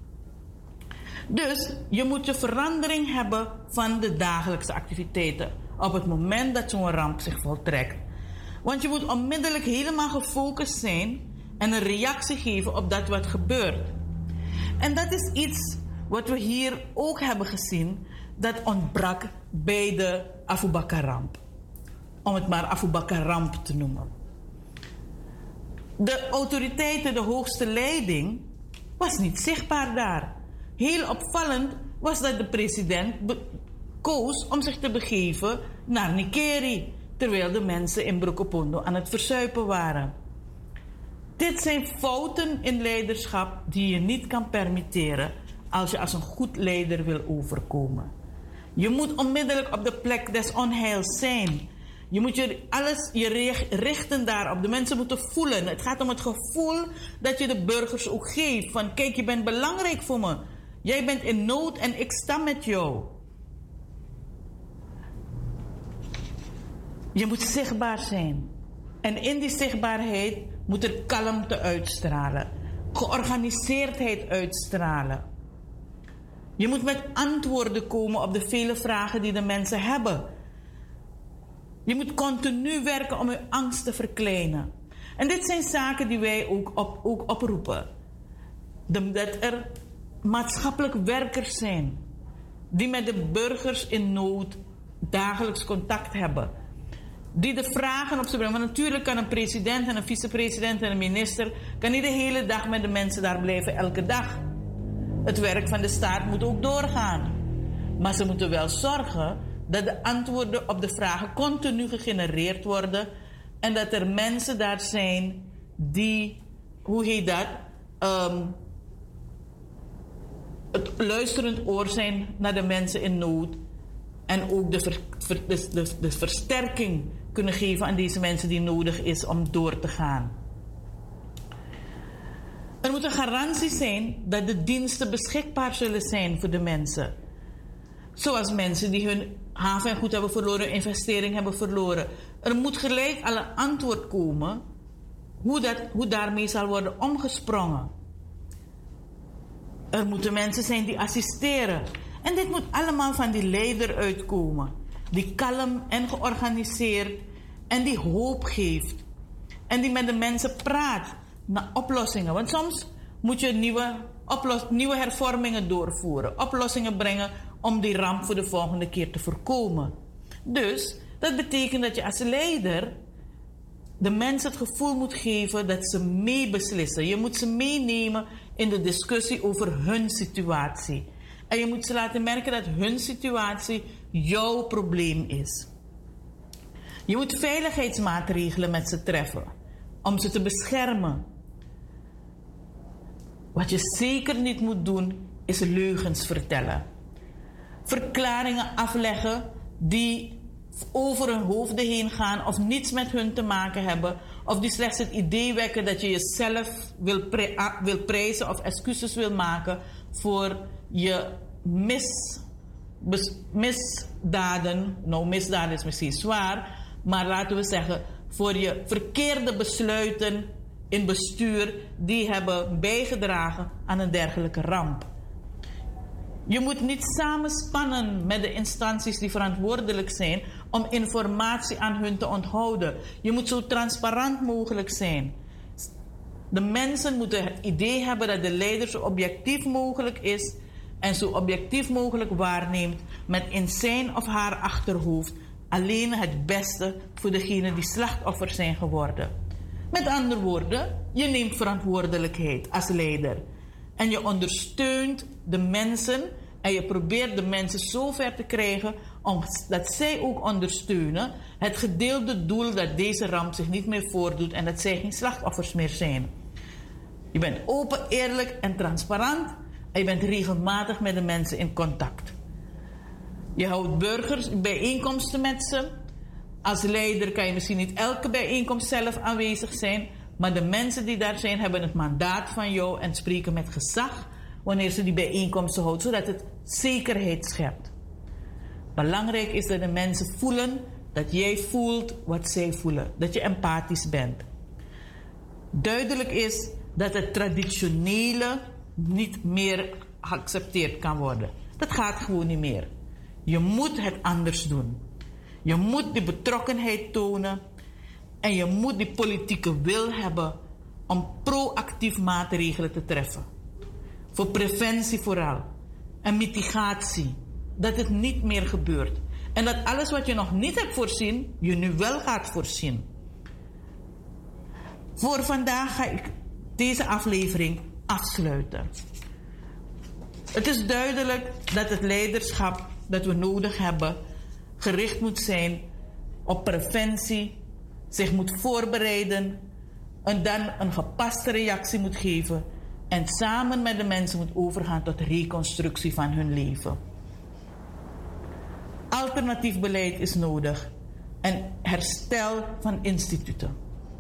Dus je moet je verandering hebben van de dagelijkse activiteiten op het moment dat zo'n ramp zich voltrekt. Want je moet onmiddellijk helemaal gefocust zijn en een reactie geven op dat wat gebeurt. En dat is iets wat we hier ook hebben gezien, dat ontbrak bij de Abu Bakr-ramp. Om het maar Abu Bakr-ramp te noemen. De autoriteiten, de hoogste leiding, was niet zichtbaar daar. Heel opvallend was dat de president be- koos om zich te begeven naar Nikeri, terwijl de mensen in Brokopondo aan het verzuipen waren. Dit zijn fouten in leiderschap die je niet kan permitteren als je als een goed leider wil overkomen. Je moet onmiddellijk op de plek des onheils zijn. Je moet je alles je richten daarop. De mensen moeten voelen. Het gaat om het gevoel dat je de burgers ook geeft. Van kijk, je bent belangrijk voor me. Jij bent in nood en ik sta met jou. Je moet zichtbaar zijn. En in die zichtbaarheid moet er kalmte uitstralen. Georganiseerdheid uitstralen. Je moet met antwoorden komen op de vele vragen die de mensen hebben. Je moet continu werken om je angst te verkleinen. En dit zijn zaken die wij ook, op, ook oproepen. De, dat er maatschappelijk werkers zijn die met de burgers in nood dagelijks contact hebben. Die de vragen op ze brengen. Want natuurlijk kan een president en een vicepresident en een minister kan niet de hele dag met de mensen daar blijven, elke dag. Het werk van de staat moet ook doorgaan. Maar ze moeten wel zorgen dat de antwoorden op de vragen continu gegenereerd worden en dat er mensen daar zijn die, hoe heet dat, um, het luisterend oor zijn naar de mensen in nood en ook de, ver, ver, de, de, de versterking kunnen geven aan deze mensen die nodig is om door te gaan. Er moet een garantie zijn dat de diensten beschikbaar zullen zijn voor de mensen. Zoals mensen die hun haven en goed hebben verloren, hun investering hebben verloren. Er moet gelijk al een antwoord komen hoe, dat, hoe daarmee zal worden omgesprongen. Er moeten mensen zijn die assisteren. En dit moet allemaal van die leider uitkomen. Die kalm en georganiseerd en die hoop geeft. En die met de mensen praat naar oplossingen. Want soms moet je nieuwe, oplos- nieuwe hervormingen doorvoeren. Oplossingen brengen om die ramp voor de volgende keer te voorkomen. Dus dat betekent dat je als leider de mensen het gevoel moet geven dat ze meebeslissen. Je moet ze meenemen in de discussie over hun situatie. En je moet ze laten merken dat hun situatie jouw probleem is. Je moet veiligheidsmaatregelen met ze treffen om ze te beschermen. Wat je zeker niet moet doen, is leugens vertellen. Verklaringen afleggen die over hun hoofden heen gaan of niets met hun te maken hebben, of die slechts het idee wekken dat je jezelf wil, pre- wil prijzen of excuses wil maken voor je mis, bes, misdaden. Nou, misdaden is misschien zwaar, maar laten we zeggen, voor je verkeerde besluiten in bestuur die hebben bijgedragen aan een dergelijke ramp. Je moet niet samenspannen met de instanties die verantwoordelijk zijn om informatie aan hun te onthouden. Je moet zo transparant mogelijk zijn. De mensen moeten het idee hebben dat de leider zo objectief mogelijk is en zo objectief mogelijk waarneemt met in zijn of haar achterhoofd alleen het beste voor degenen die slachtoffers zijn geworden. Met andere woorden, je neemt verantwoordelijkheid als leider. En je ondersteunt de mensen en je probeert de mensen zo ver te krijgen omdat zij ook ondersteunen het gedeelde doel dat deze ramp zich niet meer voordoet en dat zij geen slachtoffers meer zijn. Je bent open, eerlijk en transparant en je bent regelmatig met de mensen in contact. Je houdt burgers, bijeenkomsten met ze. Als leider kan je misschien niet elke bijeenkomst zelf aanwezig zijn, maar de mensen die daar zijn hebben het mandaat van jou en spreken met gezag wanneer ze die bijeenkomsten houden, zodat het zekerheid schept. Belangrijk is dat de mensen voelen dat jij voelt wat zij voelen, dat je empathisch bent. Duidelijk is dat het traditionele niet meer geaccepteerd kan worden. Dat gaat gewoon niet meer. Je moet het anders doen. Je moet die betrokkenheid tonen en je moet die politieke wil hebben om proactief maatregelen te treffen. Voor preventie vooral en mitigatie. Dat het niet meer gebeurt. En dat alles wat je nog niet hebt voorzien, je nu wel gaat voorzien. Voor vandaag ga ik deze aflevering afsluiten. Het is duidelijk dat het leiderschap dat we nodig hebben gericht moet zijn op preventie, zich moet voorbereiden en dan een gepaste reactie moet geven en samen met de mensen moet overgaan tot reconstructie van hun leven. Alternatief beleid is nodig en herstel van instituten.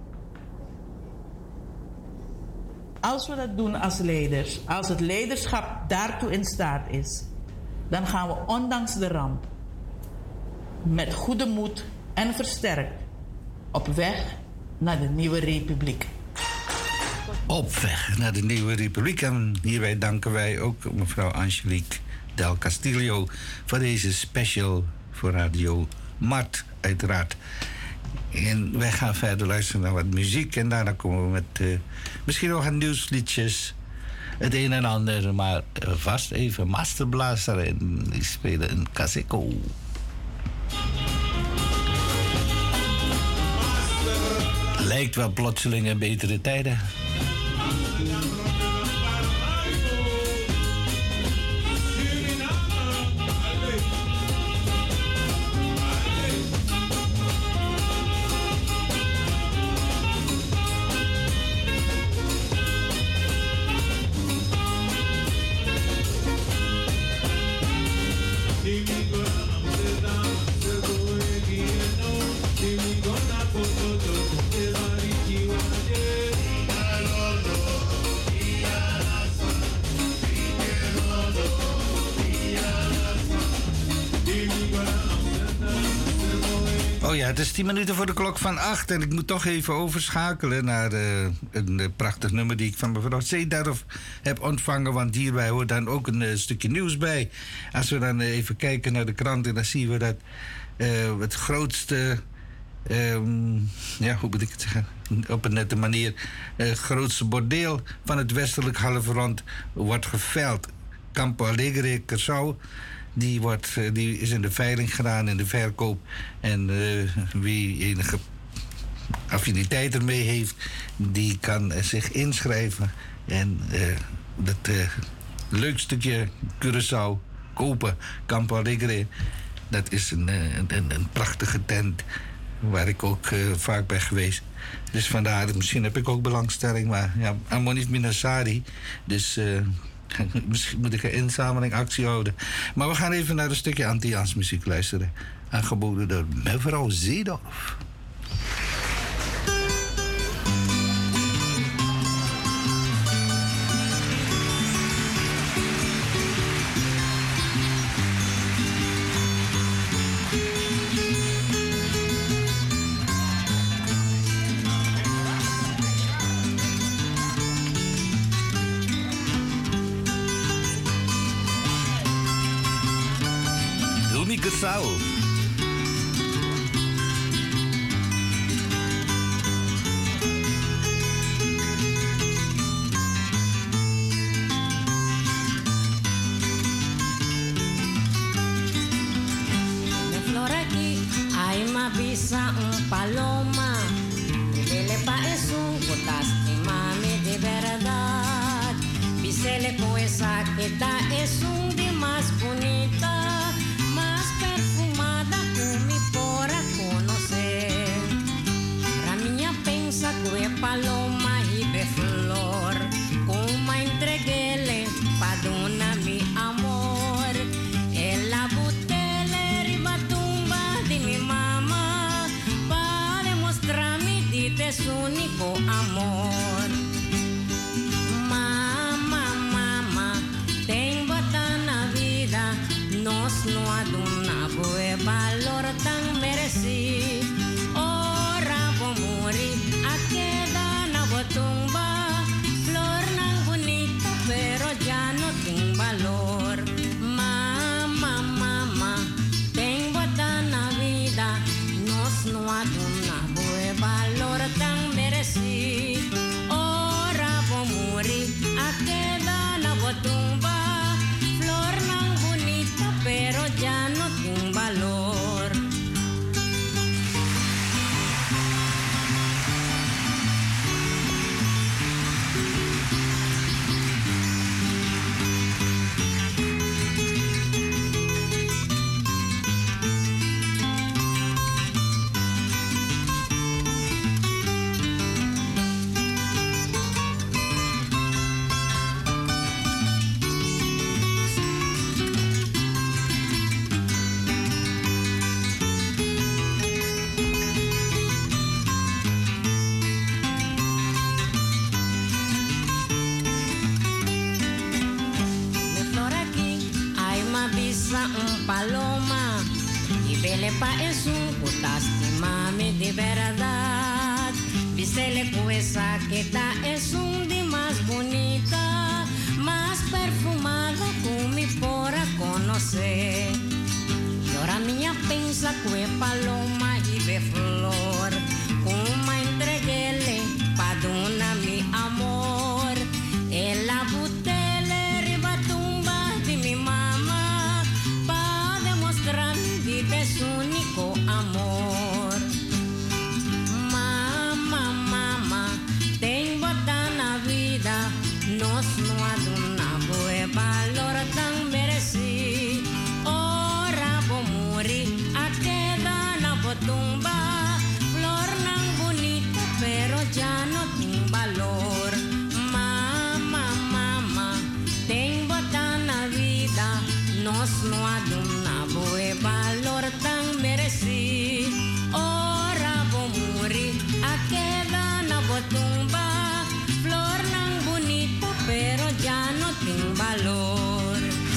Als we dat doen als leiders, als het leiderschap daartoe in staat is, dan gaan we ondanks de ramp met goede moed en versterkt op weg naar de nieuwe republiek. Op weg naar de nieuwe republiek. En hierbij danken wij ook mevrouw Angelique Del Castillo voor deze special voor Radio Mart, uiteraard. En wij gaan verder luisteren naar wat muziek en daarna komen we met uh, misschien nog een nieuwsliedjes. Het een en ander, maar uh, vast even Masterblaster en die spelen een Kaseko. Lijkt wel plotseling een betere tijden. Oh ja, het is tien minuten voor de klok van acht en ik moet toch even overschakelen naar uh, een uh, prachtig nummer die ik van mevrouw Zeedorf heb ontvangen, want hierbij hoort dan ook een uh, stukje nieuws bij. Als we dan uh, even kijken naar de kranten, dan zien we dat uh, het grootste, um, ja, hoe moet ik het zeggen, op een nette manier, het uh, grootste bordeel van het westelijk halfrond wordt geveild. Campo Alegre, Curaçao. Die, wordt, die is in de veiling gedaan, in de verkoop. En uh, wie enige affiniteit ermee heeft, die kan zich inschrijven. En uh, dat uh, leuk stukje Curaçao kopen, Campo Alegre. Dat is een, een, een, een prachtige tent waar ik ook uh, vaak ben geweest. Dus vandaar, misschien heb ik ook belangstelling, maar ja, Amonit Minasari. Dus uh, misschien moet ik een inzameling actie houden. Maar we gaan even naar een stukje Antilliaans muziek luisteren. Aangeboden door mevrouw Zeedorf. Sao. Bisa un paloma, ele pa es un botaste mami de verdad. Bisele poesa que ta es un de más bonita, más perfumada que mi por a conocer. La niña pensa que es paloma y de flor, como entreguele pa dona mi amor. En la botella riba tumba de mi mamá. Es único amor. Mamá, mamá, tengo tanta vida, nos no ha dado buen valor tan merecido. Ora voy a morir, a quedar na tumba, flor tan bonita, pero ya no tengo valor. Mamá, mamá, tengo tanta vida, nos no ha dado valor tan merecido. Ora voy a morir, a quedar na tumba, flor tan bonita, pero ya no tiene valor. Un paloma y Belepa es un botaste mami de verdad. Bisele poesa que ta es un de más bonita, más perfumada que mi por a conocer. Y ahora niña pensa que es paloma y de flor, como entreguele pa dona mi amor. En la botella riba tumba de mi mamá. Es único amor. Mamá, mamá, tengo tanta vida, nos no ha dado buen valor tan merecido. Ora voy a morir, a quedar na tumba, flor tan bonita, pero ya no tiene valor. Mamá, mamá, tengo tanta vida, nos no ha dado buen valor tan merecido. Ora voy a morir, a quedar na tumba, flor tan bonita, pero ya no tiene valor.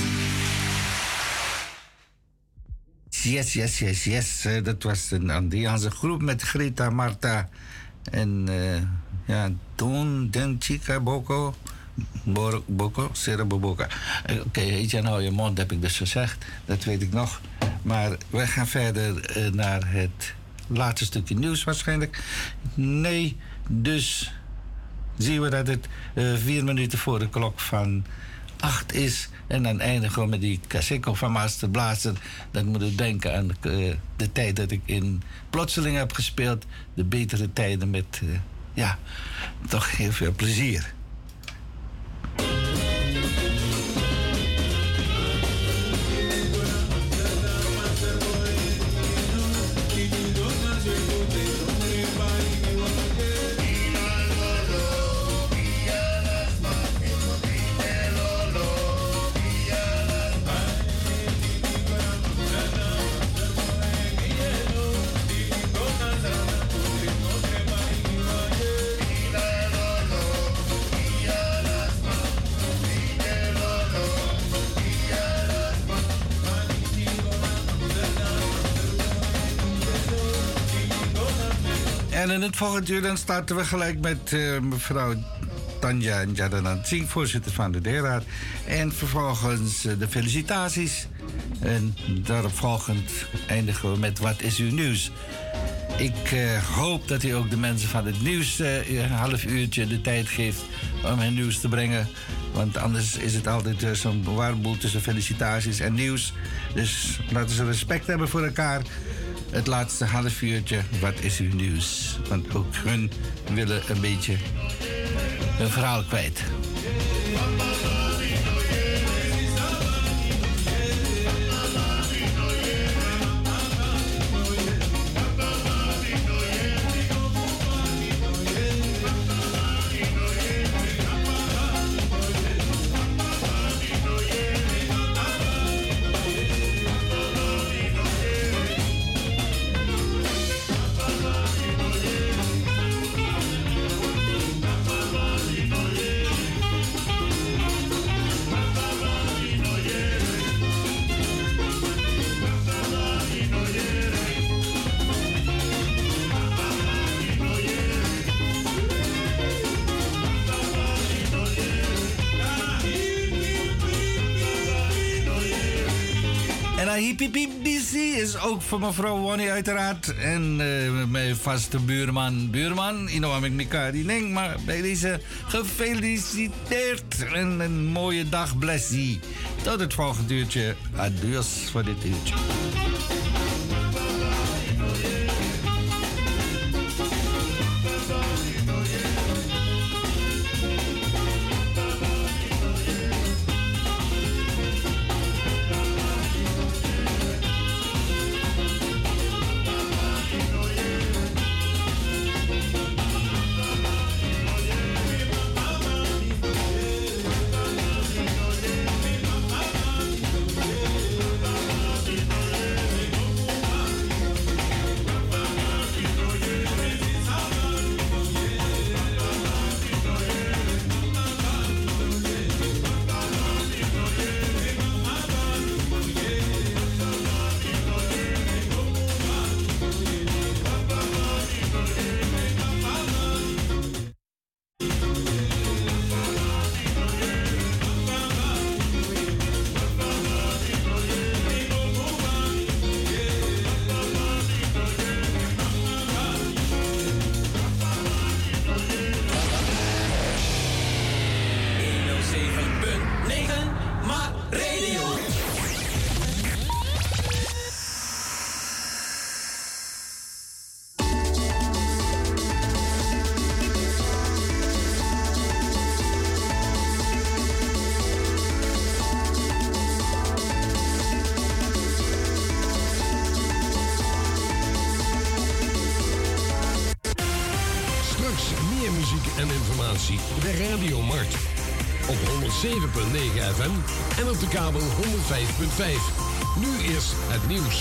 Yes, yes, yes, yes. Uh, dat was een Antilliaanse groep met Greta, Marta en uh, ja, Don, Den Chica, Boko. Boko, Seraboboka. Oké, okay, eet je nou je mond, heb ik dus gezegd. Dat weet ik nog. Maar we gaan verder uh, naar het laatste stukje nieuws waarschijnlijk. Nee, dus zien we dat het uh, vier minuten voor de klok van acht is. En dan eindigen we met die Kaseko van Master Blaster. Dat moet ik denken aan de, uh, de tijd dat ik in Plotseling heb gespeeld. De betere tijden met, uh, ja, toch heel veel plezier. Thank you. En in het volgende uur dan starten we gelijk met uh, mevrouw Tanja Njadanan Singh, voorzitter van de D-raad. En vervolgens uh, de felicitaties. En daarop volgend eindigen we met Wat is uw nieuws? Ik uh, hoop dat u ook de mensen van het nieuws uh, een half uurtje de tijd geeft om hun nieuws te brengen. Want anders is het altijd uh, zo'n warboel tussen felicitaties en nieuws. Dus laten ze respect hebben voor elkaar. Het laatste half uurtje, wat is uw nieuws? Want ook hun willen een beetje hun verhaal kwijt. Hippie is ook voor mevrouw Wonnie uiteraard. En uh, mijn vaste buurman, buurman, Inoam ik Mikari Neng. Maar bij deze gefeliciteerd en een mooie dag, blessie. Tot het volgende uurtje. Adios voor dit uurtje. De Radiomarkt. Op honderdzeven komma negen F M en op de kabel honderdvijf komma vijf. Nu eerst het nieuws.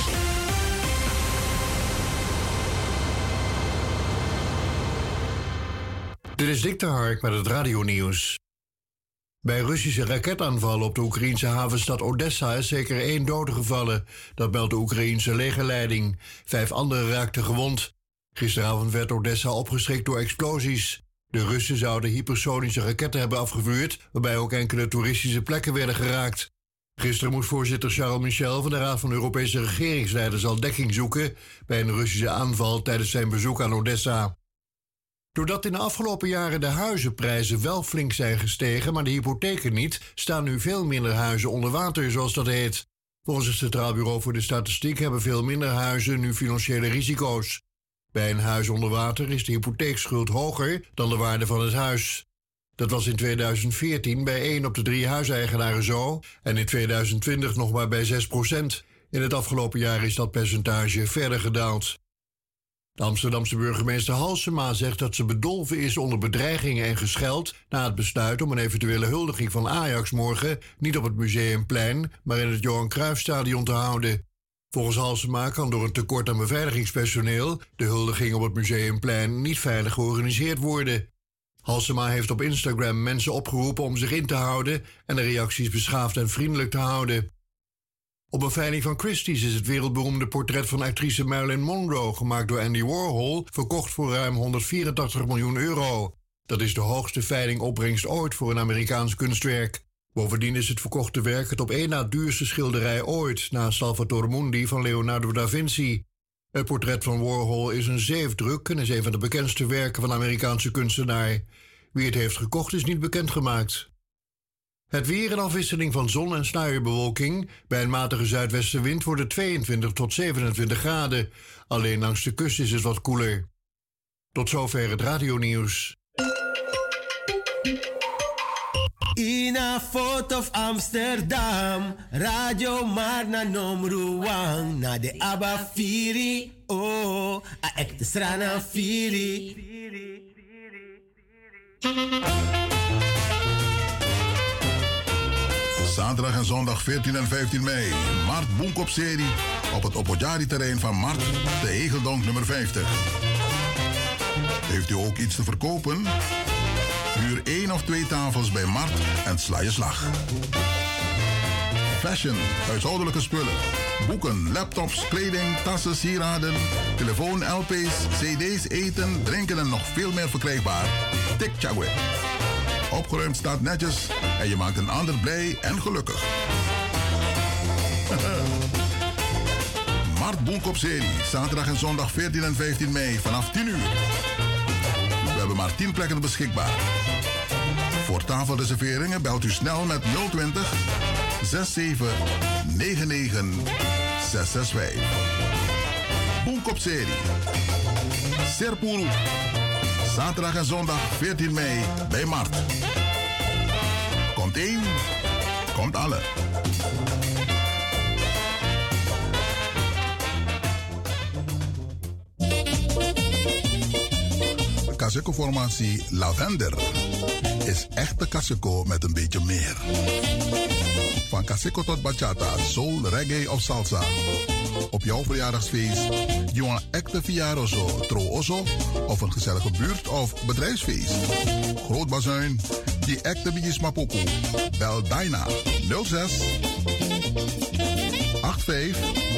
Dit is Dick de Hark met het radionieuws. Bij Russische raketaanvallen op de Oekraïense havenstad Odessa is zeker één dode gevallen. Dat meldt de Oekraïense legerleiding. Vijf anderen raakten gewond. Gisteravond werd Odessa opgeschrikt door explosies. De Russen zouden hypersonische raketten hebben afgevuurd, waarbij ook enkele toeristische plekken werden geraakt. Gisteren moest voorzitter Charles Michel van de Raad van Europese regeringsleiders al dekking zoeken bij een Russische aanval tijdens zijn bezoek aan Odessa. Doordat in de afgelopen jaren de huizenprijzen wel flink zijn gestegen, maar de hypotheken niet, staan nu veel minder huizen onder water, zoals dat heet. Volgens het Centraal Bureau voor de Statistiek hebben veel minder huizen nu financiële risico's. Bij een huis onder water is de hypotheekschuld hoger dan de waarde van het huis. Dat was in tweeduizend veertien bij één op de drie huiseigenaren zo en in tweeduizend twintig nog maar bij zes procent. In het afgelopen jaar is dat percentage verder gedaald. De Amsterdamse burgemeester Halsema zegt dat ze bedolven is onder bedreigingen en gescheld na het besluit om een eventuele huldiging van Ajax morgen niet op het Museumplein, maar in het Johan Cruijffstadion te houden. Volgens Halsema kan door een tekort aan beveiligingspersoneel de huldiging op het Museumplein niet veilig georganiseerd worden. Halsema heeft op Instagram mensen opgeroepen om zich in te houden en de reacties beschaafd en vriendelijk te houden. Op een veiling van Christie's is het wereldberoemde portret van actrice Marilyn Monroe, gemaakt door Andy Warhol, verkocht voor ruim honderdvierentachtig miljoen euro. Dat is de hoogste veilingopbrengst ooit voor een Amerikaans kunstwerk. Bovendien is het verkochte werk het op één na duurste schilderij ooit, na Salvator Mundi van Leonardo da Vinci. Het portret van Warhol is een zeefdruk en is een van de bekendste werken van de Amerikaanse kunstenaar. Wie het heeft gekocht is niet bekendgemaakt. Het weer en afwisseling van zon- en sluierbewolking. Bij een matige zuidwestenwind wordt het tweeëntwintig tot zevenentwintig graden. Alleen langs de kust is het wat koeler. Tot zover het radionieuws. Ina Fort of Amsterdam, Radio Marna Nomruang, na de Abba Firi, oh, a ekte strana Firi. Zaterdag en zondag veertien en vijftien mei. Mart Boenkop-serie op het Opodjari-terrein van Mart, de Hegeldonk nummer vijftig. Heeft u ook iets te verkopen? Huur één of twee tafels bij Mart en sla je slag. Fashion, huishoudelijke spullen, boeken, laptops, kleding, tassen, sieraden, telefoon, L P's, cd's, eten, drinken en nog veel meer verkrijgbaar. Tik Chagwe. Opgeruimd staat netjes en je maakt een ander blij en gelukkig. Mart Boenkop-serie, zaterdag en zondag veertien en vijftien mei vanaf tien uur. We hebben maar tien plekken beschikbaar. Voor tafelreserveringen belt u snel met nul twintig, zevenenzestig, negenennegentig, zeshonderdvijfenzestig. Boenkop-serie. Serpuru. Zaterdag en zondag veertien mei bij Mart. Komt één, komt alle. Caseco-formatie Lavender is echte Caseco met een beetje meer. Van Caseco tot bachata, soul, reggae of salsa. Op jouw verjaardagsfeest, je een echte Viaroso, Trooso of een gezellige buurt- of bedrijfsfeest. Groot bazuin, die echte Bigis Mapoku. Bel Dyna nul zes vijf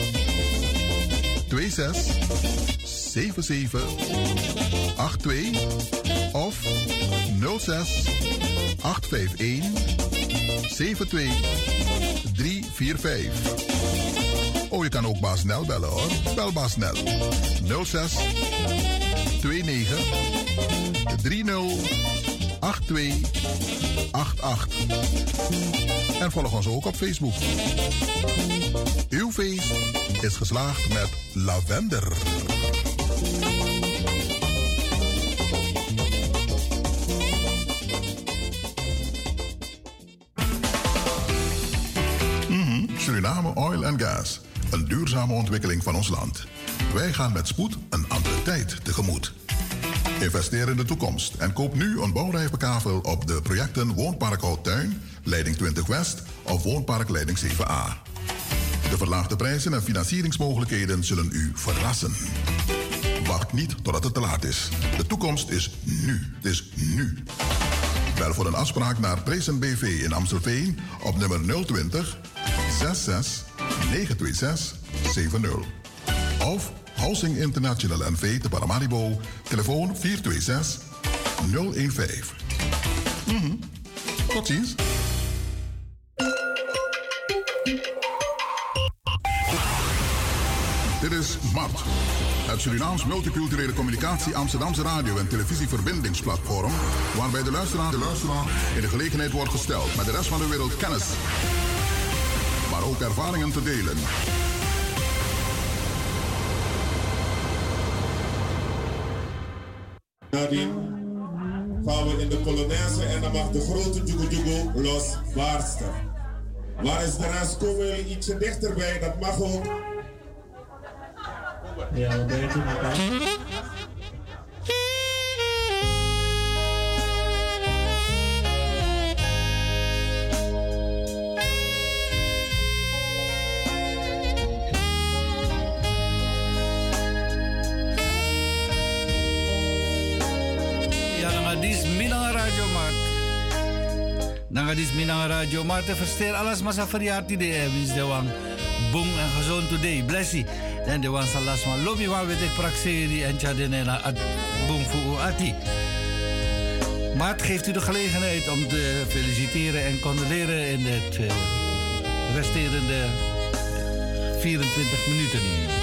acht zes zeven zeven acht twee of nul zes acht vijf een zeven twee drie vier vijf. Oh, je kan ook Baas Nel bellen hoor. Bel Baas Nel nul zes twee negen drie nul acht twee acht acht. En volg ons ook op Facebook. Uw feest is geslaagd met Lavender. Mm-hmm. Suriname Oil and Gas. Een duurzame ontwikkeling van ons land. Wij gaan met spoed een andere tijd tegemoet. Investeer in de toekomst en koop nu een bouwrijfkavel op de projecten Woonpark Houttuin, Leiding twintig West of Woonpark Leiding zeven A. De verlaagde prijzen en financieringsmogelijkheden zullen u verrassen. Wacht niet totdat het te laat is. De toekomst is nu. Het is nu. Bel voor een afspraak naar Prijzen B V in Amstelveen op nummer nul twintig zesenzestig negenhonderdzesentwintig zeventig. Of Housing International N V te Paramaribo, telefoon vier twee zes nul een vijf. Mm-hmm. Tot ziens. Dit is Mart, het Surinaams multiculturele communicatie Amsterdamse radio- en televisieverbindingsplatform, waarbij de luisteraar, de luisteraar in de gelegenheid wordt gesteld met de rest van de wereld kennis, maar ook ervaringen te delen. Nadien gaan we in de Polonaise en dan mag de grote Jugu losbarsten. Waar is de rest? Komen jullie ietsje dichterbij? Dat mag ook. Ja, wat ben je toen met Dan gaat dit Minang Radio Mart. Versteer alles maar sa verjaardag die de Evans de Wang. Boom en gezond today. Blessie. En de wan salas maar lobby wan weet ik praxeri en tjadenela at boom voor ati. Maat geeft u de gelegenheid om te feliciteren en condoleren in het uh, resterende vierentwintig minuten.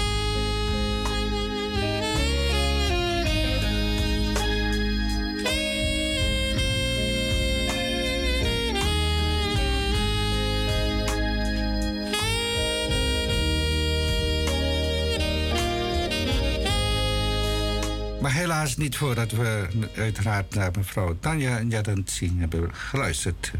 Maar helaas niet voordat we uiteraard naar mevrouw Tanja Njatantsing hebben geluisterd.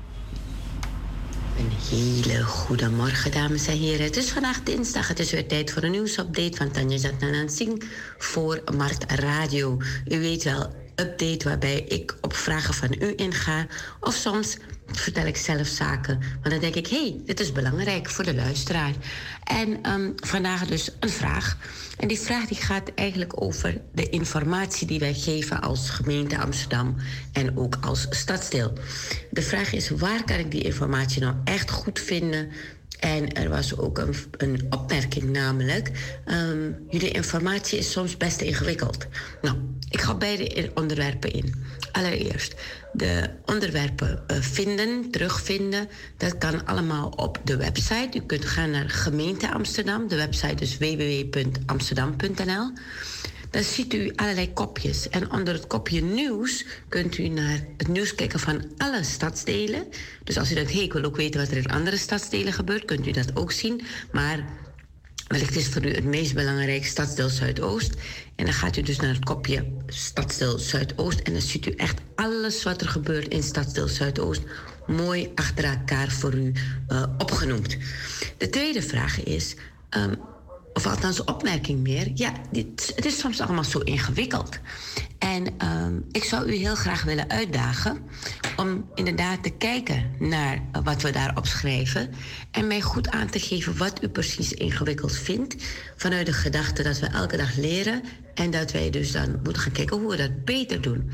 Een hele goede morgen, dames en heren. Het is vandaag dinsdag. Het is weer tijd voor een nieuwsupdate van Tanja Njatantsing voor Mart Radio. U weet wel, update waarbij ik op vragen van u inga. Of soms vertel ik zelf zaken. Maar dan denk ik, hé, hey, dit is belangrijk voor de luisteraar. En um, vandaag dus een vraag. En die vraag die gaat eigenlijk over de informatie die wij geven als gemeente Amsterdam en ook als stadsdeel. De vraag is, waar kan ik die informatie nou echt goed vinden? En er was ook een, een opmerking, namelijk, um, jullie informatie is soms best ingewikkeld. Nou, ik ga beide onderwerpen in. Allereerst, de onderwerpen uh, vinden, terugvinden, dat kan allemaal op de website. U kunt gaan naar gemeente Amsterdam, de website is w w w punt amsterdam punt n l. Dan ziet u allerlei kopjes. En onder het kopje nieuws kunt u naar het nieuws kijken van alle stadsdelen. Dus als u denkt, hé, hey, ik wil ook weten wat er in andere stadsdelen gebeurt, kunt u dat ook zien. Maar wellicht is voor u het meest belangrijk Stadsdeel Zuidoost. En dan gaat u dus naar het kopje Stadsdeel Zuidoost. En dan ziet u echt alles wat er gebeurt in Stadsdeel Zuidoost mooi achter elkaar voor u uh, opgenoemd. De tweede vraag is, Um, of althans opmerking meer, ja, dit, het is soms allemaal zo ingewikkeld. En um, ik zou u heel graag willen uitdagen om inderdaad te kijken naar uh, wat we daarop schrijven en mij goed aan te geven wat u precies ingewikkeld vindt, vanuit de gedachte dat we elke dag leren en dat wij dus dan moeten gaan kijken hoe we dat beter doen.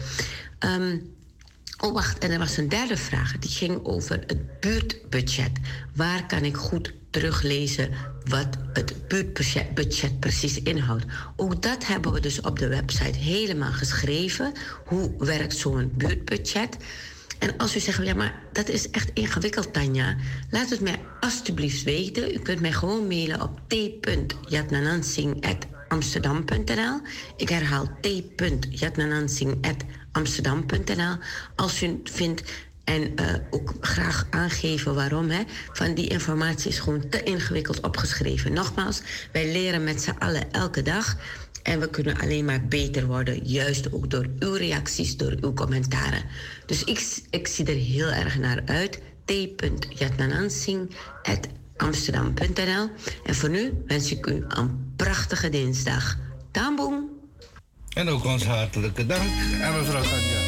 Um, Oh, wacht, en er was een derde vraag. Die ging over het buurtbudget. Waar kan ik goed teruglezen wat het buurtbudget precies inhoudt? Ook dat hebben we dus op de website helemaal geschreven. Hoe werkt zo'n buurtbudget? En als u zegt, ja, maar dat is echt ingewikkeld, Tanja, laat het mij alstublieft weten. U kunt mij gewoon mailen op t punt jatnanansing at amsterdam punt n l. Ik herhaal t punt jatnanansing at amsterdam punt n l. Als u vindt, en uh, ook graag aangeven waarom, hè, van die informatie is gewoon te ingewikkeld opgeschreven. Nogmaals, wij leren met z'n allen elke dag. En we kunnen alleen maar beter worden, juist ook door uw reacties, door uw commentaren. Dus ik, ik zie er heel erg naar uit. t punt jatnanansing at amsterdam punt n l. En voor nu wens ik u een prachtige dinsdag. Tamboom. En ook ons hartelijke dank aan mevrouw Tanja.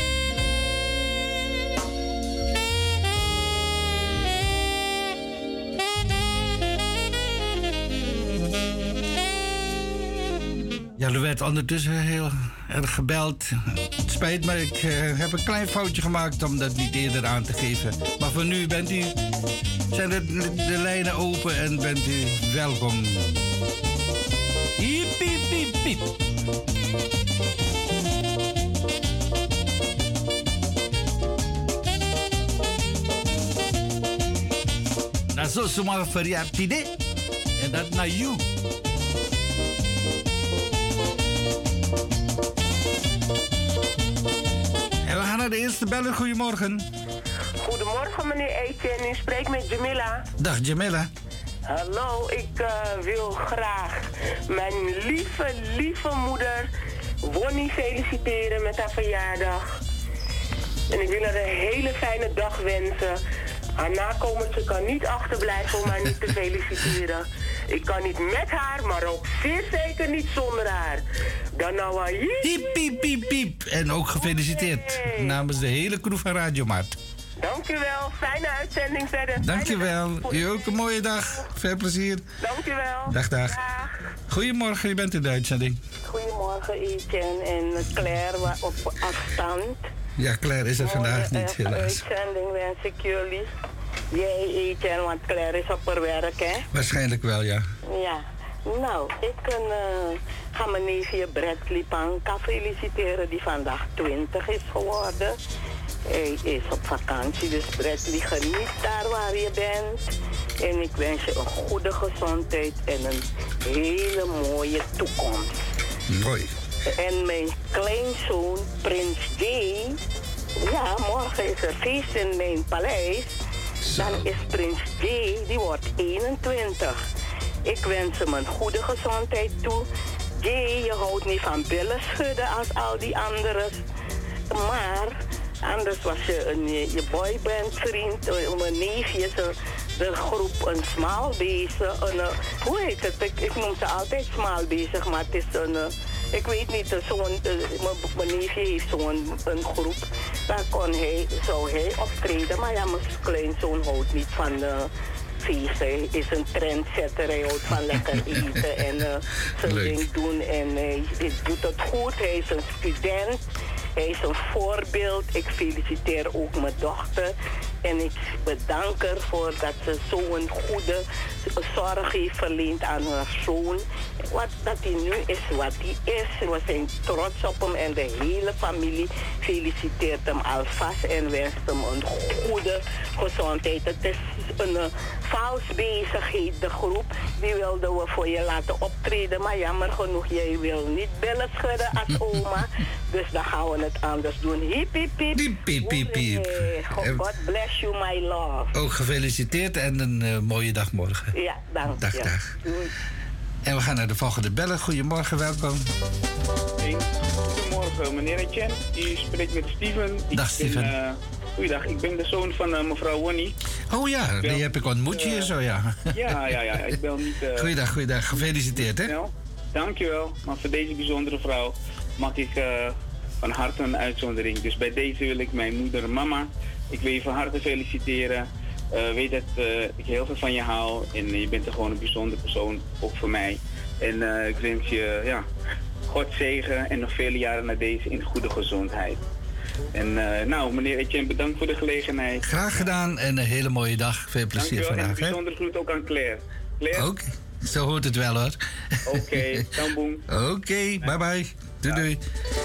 Ja, er werd ondertussen heel erg gebeld. Het spijt me, ik uh, heb een klein foutje gemaakt om dat niet eerder aan te geven. Maar voor nu bent u, zijn de, de lijnen open en bent u welkom. Piep, piep, piep, piep. Dat is zomaar verjaard idee. En dat naar you. En we gaan naar de eerste beller. Goedemorgen. Goedemorgen, meneer Etienne. U spreekt met Jamila. Dag, Jamila. Hallo, ik uh, wil graag mijn lieve, lieve moeder Wonnie feliciteren met haar verjaardag. En ik wil haar een hele fijne dag wensen. Haar nakomertje kan niet achterblijven om haar niet te feliciteren. Ik kan niet met haar, maar ook zeer zeker niet zonder haar. Dan nou aan je. Piep, piep, piep, piep. En ook gefeliciteerd okay. namens de hele crew van Radio Mart. Dank u wel. Fijne uitzending verder. Dank u wel. U ook een mooie dag. Veel plezier. Dank u wel. Dag, dag. dag. Goedemorgen, je bent in de uitzending. Goedemorgen, Etienne en Claire op afstand. Ja, Claire is er vandaag niet, helaas. Uitzending wens ik jullie. Jij eet en want Claire is op haar werk, hè? Waarschijnlijk wel, ja. Ja. Nou, ik kan, uh, ga mijn neefje Bradley Panka feliciteren, die vandaag twintig is geworden. Hij is op vakantie, dus Bradley, geniet daar waar je bent. En ik wens je een goede gezondheid en een hele mooie toekomst. Mooi. En mijn kleinzoon, Prins J. Ja, morgen is er feest in mijn paleis. Zo. Dan is Prins J, die wordt eenentwintig. Ik wens hem een goede gezondheid toe. J, je houdt niet van billen schudden als al die anderen. Maar anders was je een, je boybandvriend, mijn neefje, de groep een smaal bezig. Een, hoe heet het? Ik, ik noem ze altijd smaal bezig, maar het is een... Ik weet niet, zo'n, mijn neefje heeft zo'n een groep. Daar kon hij, zou hij optreden. Maar ja, mijn kleinzoon houdt niet van uh, feesten. Hij is een trendsetter. Hij houdt van lekker eten en uh, zijn ding doen. En hij, hij doet het goed. Hij is een student. Hij is een voorbeeld. Ik feliciteer ook mijn dochter. En ik bedank haar voor dat ze zo'n goede zorg heeft verleend aan haar zoon. Wat dat hij nu is, wat hij is. We zijn trots op hem en de hele familie feliciteert hem alvast en wenst hem een goede gezondheid. Het is een uh, vals bezigheid, de groep. Die wilden we voor je laten optreden, maar jammer genoeg, jij wil niet billen schudden als oma. Dus dan gaan we het anders doen. Hiep, hiep, hiep. Hiep, hiep, hiep, hiep. God bless you, my love. Ook gefeliciteerd en een uh, mooie dag morgen. Ja, dank dag, je. Dag. En we gaan naar de volgende bellen. Goedemorgen, welkom. Hey, goedemorgen, meneer Etienne. U spreekt met Steven. Dag, ik Steven. Ben, uh, goeiedag, ik ben de zoon van uh, mevrouw Wonnie. Oh ja, bel, die heb ik ontmoet hier uh, zo, ja. Ja, ja, ja, ik bel niet... Uh, goeiedag, goeiedag. Gefeliciteerd, hè? Snel. Dankjewel, maar voor deze bijzondere vrouw mag ik uh, van harte een uitzondering. Dus bij deze wil ik mijn moeder en mama, ik wil je van harte feliciteren. Uh, weet dat uh, ik heel veel van je hou en uh, je bent er gewoon een bijzondere persoon, ook voor mij. En uh, ik wens je ja, God zegen en nog vele jaren naar deze in goede gezondheid. En uh, nou, meneer Etienne, bedankt voor de gelegenheid. Graag gedaan en een hele mooie dag. Veel plezier vandaag. En een bijzondere groet ook aan Claire. Claire? Oké, okay. Zo hoort het wel hoor. Oké, okay, dan boem. Oké, okay, bye bye. Doei doei.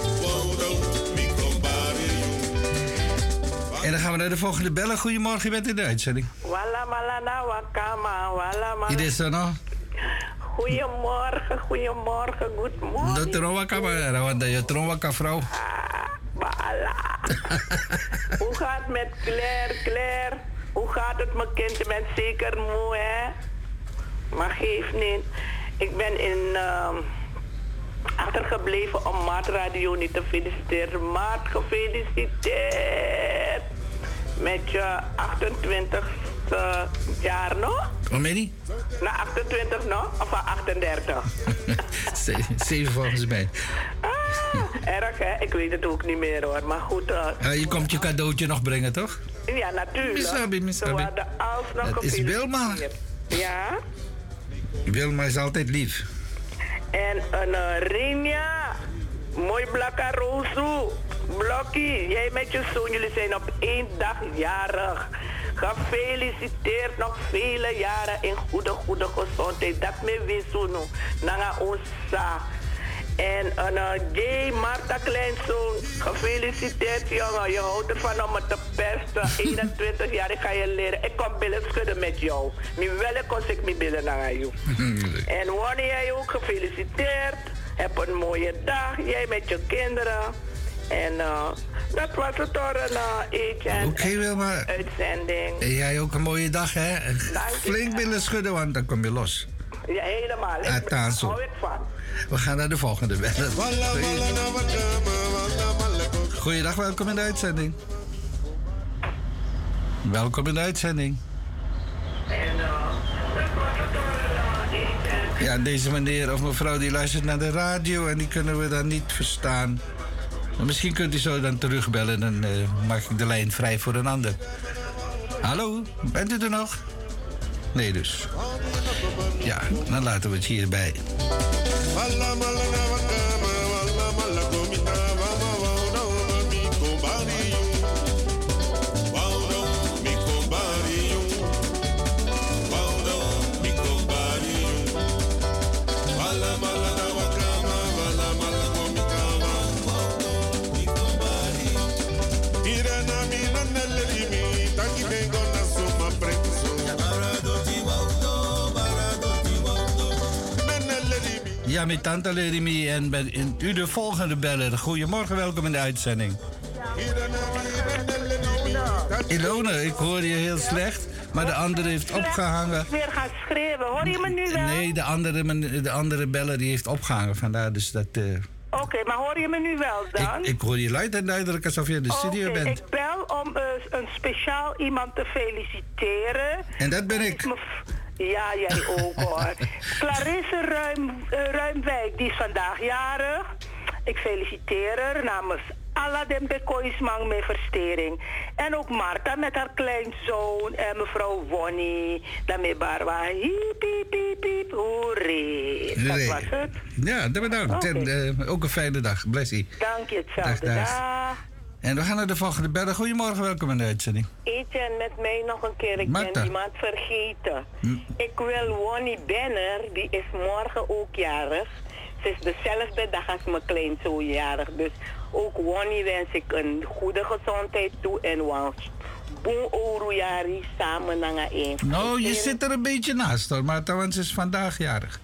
En dan gaan we naar de volgende bellen. Goedemorgen, je bent in de uitzending. Walla malana wakama, walla malana. Is dat nog? Goedemorgen, goedemorgen, good morning. Dat trouwakama, Rawanda, je trouwaka vrouw. Ah, bala. Hoe gaat het met Claire, Claire? Hoe gaat het mijn kind? Je bent zeker moe, hè? Maar geef niet. Ik ben in... Uh, achtergebleven om Maart Radio niet te feliciteren. Maart, gefeliciteerd met je achtentwintigste jaar nog. Wat meen je? Na achtentwintig nog? Of achtendertig? Zeven volgens mij. Ah, erg hè? Ik weet het ook niet meer hoor. Maar goed. Uh, uh, je komt je cadeautje nog brengen toch? Ja, natuurlijk. Misabi, misabi. Ze worden alsnog dat is Wilma. Ja? Wilma is altijd lief. En een uh, Rinja, mooi blakka Rosu, Blokkie, jij met je zoon, jullie zijn op één dag jarig. Gefeliciteerd, nog vele jaren in goede, goede gezondheid. Dat me wissunu, nanga onsa. En een uh, J. Marta kleinzoon, gefeliciteerd jongen. Je houdt ervan om me te pesten. eenentwintig jaar, ik ga je leren. Ik kom billen schudden met jou. Mi wel kost ik mi billen naar jou. En wanneer jij ook gefeliciteerd. Heb een mooie dag, jij met je kinderen. En uh, dat was het door een uh, Oké, okay, Wilma. Uitzending. En jij ook een mooie dag, hè? Flink billen schudden, want dan kom je los. Ja, helemaal. Ik hou ik van. We gaan naar de volgende bellen. Goeiedag, welkom in de uitzending. Welkom in de uitzending. Ja, deze meneer of mevrouw die luistert naar de radio en die kunnen we dan niet verstaan. Maar misschien kunt u zo dan terugbellen en dan uh, maak ik de lijn vrij voor een ander. Hallo, bent u er nog? Nee dus. Ja, dan laten we het hierbij. Ja, met tante Lerimi en ben in, u de volgende beller. Goedemorgen, welkom in de uitzending. Ilona, ik hoor je heel slecht, maar de andere heeft opgehangen. Weer gaan schreeuwen, hoor je me nu wel? Nee, de andere, de andere beller die heeft opgehangen, vandaar dus dat... Uh... Oké, okay, maar hoor je me nu wel dan? Ik, ik hoor je luid en duidelijk alsof je in de studio okay, bent. Ik bel om uh, een speciaal iemand te feliciteren. En dat ben ik. Ja, jij ook hoor. Clarisse Ruim, uh, Ruimwijk, die is vandaag jarig. Ik feliciteer haar namens Aladdin Bekoismang met verstering. En ook Marta met haar kleinzoon en mevrouw Wonnie. Daarmee Barwa. Hiep, hiep, hiep, hiep, hoeré. Dat was het. Ja, bedankt. Okay. En uh, ook een fijne dag. Blessie. Dank je, hetzelfde. Dag, dag. En we gaan naar de volgende bellen. Goedemorgen, welkom in de uitzending. Etienne, met mij nog een keer. Ik Marta. ben iemand vergeten. Hm. Ik wil Wonnie Benner, die is morgen ook jarig. Ze is dezelfde dag als mijn kleinzoon jarig. Dus ook Wonnie wens ik een goede gezondheid toe en wens boe oorujari samen naar één. Nou, je zit er een beetje naast hoor, maar trouwens is vandaag jarig.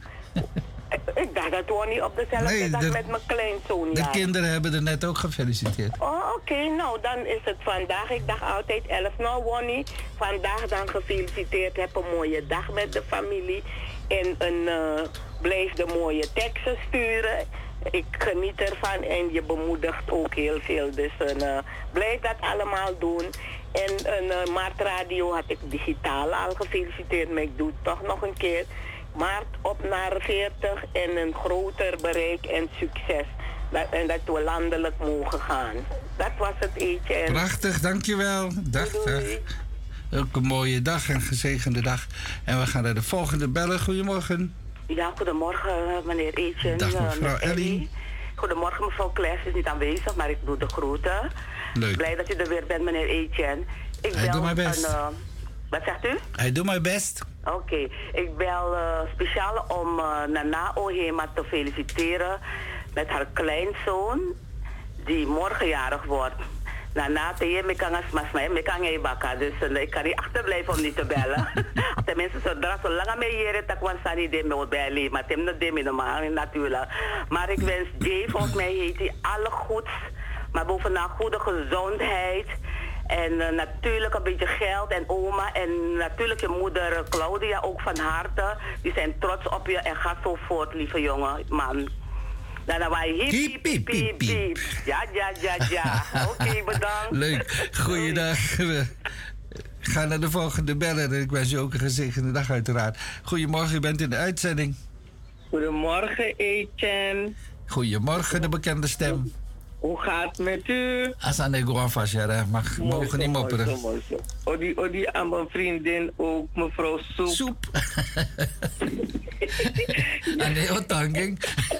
Ik dacht dat Wonnie op dezelfde nee, dag de, met mijn kleinzoon De jarig. Kinderen hebben er net ook gefeliciteerd. Oh, oké. Okay. Nou, dan is het vandaag. Ik dacht altijd elf. Nou, Wonnie, vandaag dan gefeliciteerd. Heb een mooie dag met de familie. En een, uh, blijf de mooie teksten sturen. Ik geniet ervan en je bemoedigt ook heel veel. Dus uh, blijf dat allemaal doen. En een uh, Maart Radio had ik digitaal al gefeliciteerd, maar ik doe het toch nog een keer. Maart op naar veertig en een groter bereik en succes. Dat, en dat we landelijk mogen gaan. Dat was het eetje. Prachtig, dankjewel. Dag, dag. Ook een mooie dag, een gezegende dag. En we gaan naar de volgende bellen. Goedemorgen. Ja, goedemorgen meneer Etienne. Dag mevrouw uh, Ellie. Goedemorgen mevrouw Klaas is niet aanwezig, maar ik doe de groeten. Leuk. Blij dat u er weer bent meneer Etienne. Ik I do my best. Een, uh, wat zegt u? I do my best. Oké, okay. Ik bel uh, speciaal om uh, Nana Ohema te feliciteren met haar kleinzoon die morgen jarig wordt. Nana, te me kan als mas me kan je bakken, dus uh, ik kan niet achterblijven om niet te bellen. Tenminste, zodra zo lang me hier tak wan sani de me bellen, maar tem dat de me normaal natuurlijk. Maar ik wens Jay, volgens mij heet hij, alle goeds, maar bovenal goede gezondheid. En uh, natuurlijk een beetje geld en oma en natuurlijk je moeder Claudia ook van harte. Die zijn trots op je en ga zo voort, lieve jongen, man. Dan dan wij hiep, hiep, hiep, hiep. Ja, ja, ja, ja. Oké, okay, bedankt. Leuk. Goeiedag. We gaan naar de volgende beller. Ik wens je ook een gezegende dag uiteraard. Goedemorgen, u bent in de uitzending. Goedemorgen, Etienne. Goedemorgen, de bekende stem. Hoe gaat het met u? Asane Guanfasjara, mag mogen niet mopperen. Odi, odi aan mijn vriendin ook, mevrouw Soep. Soep. Ane otanging.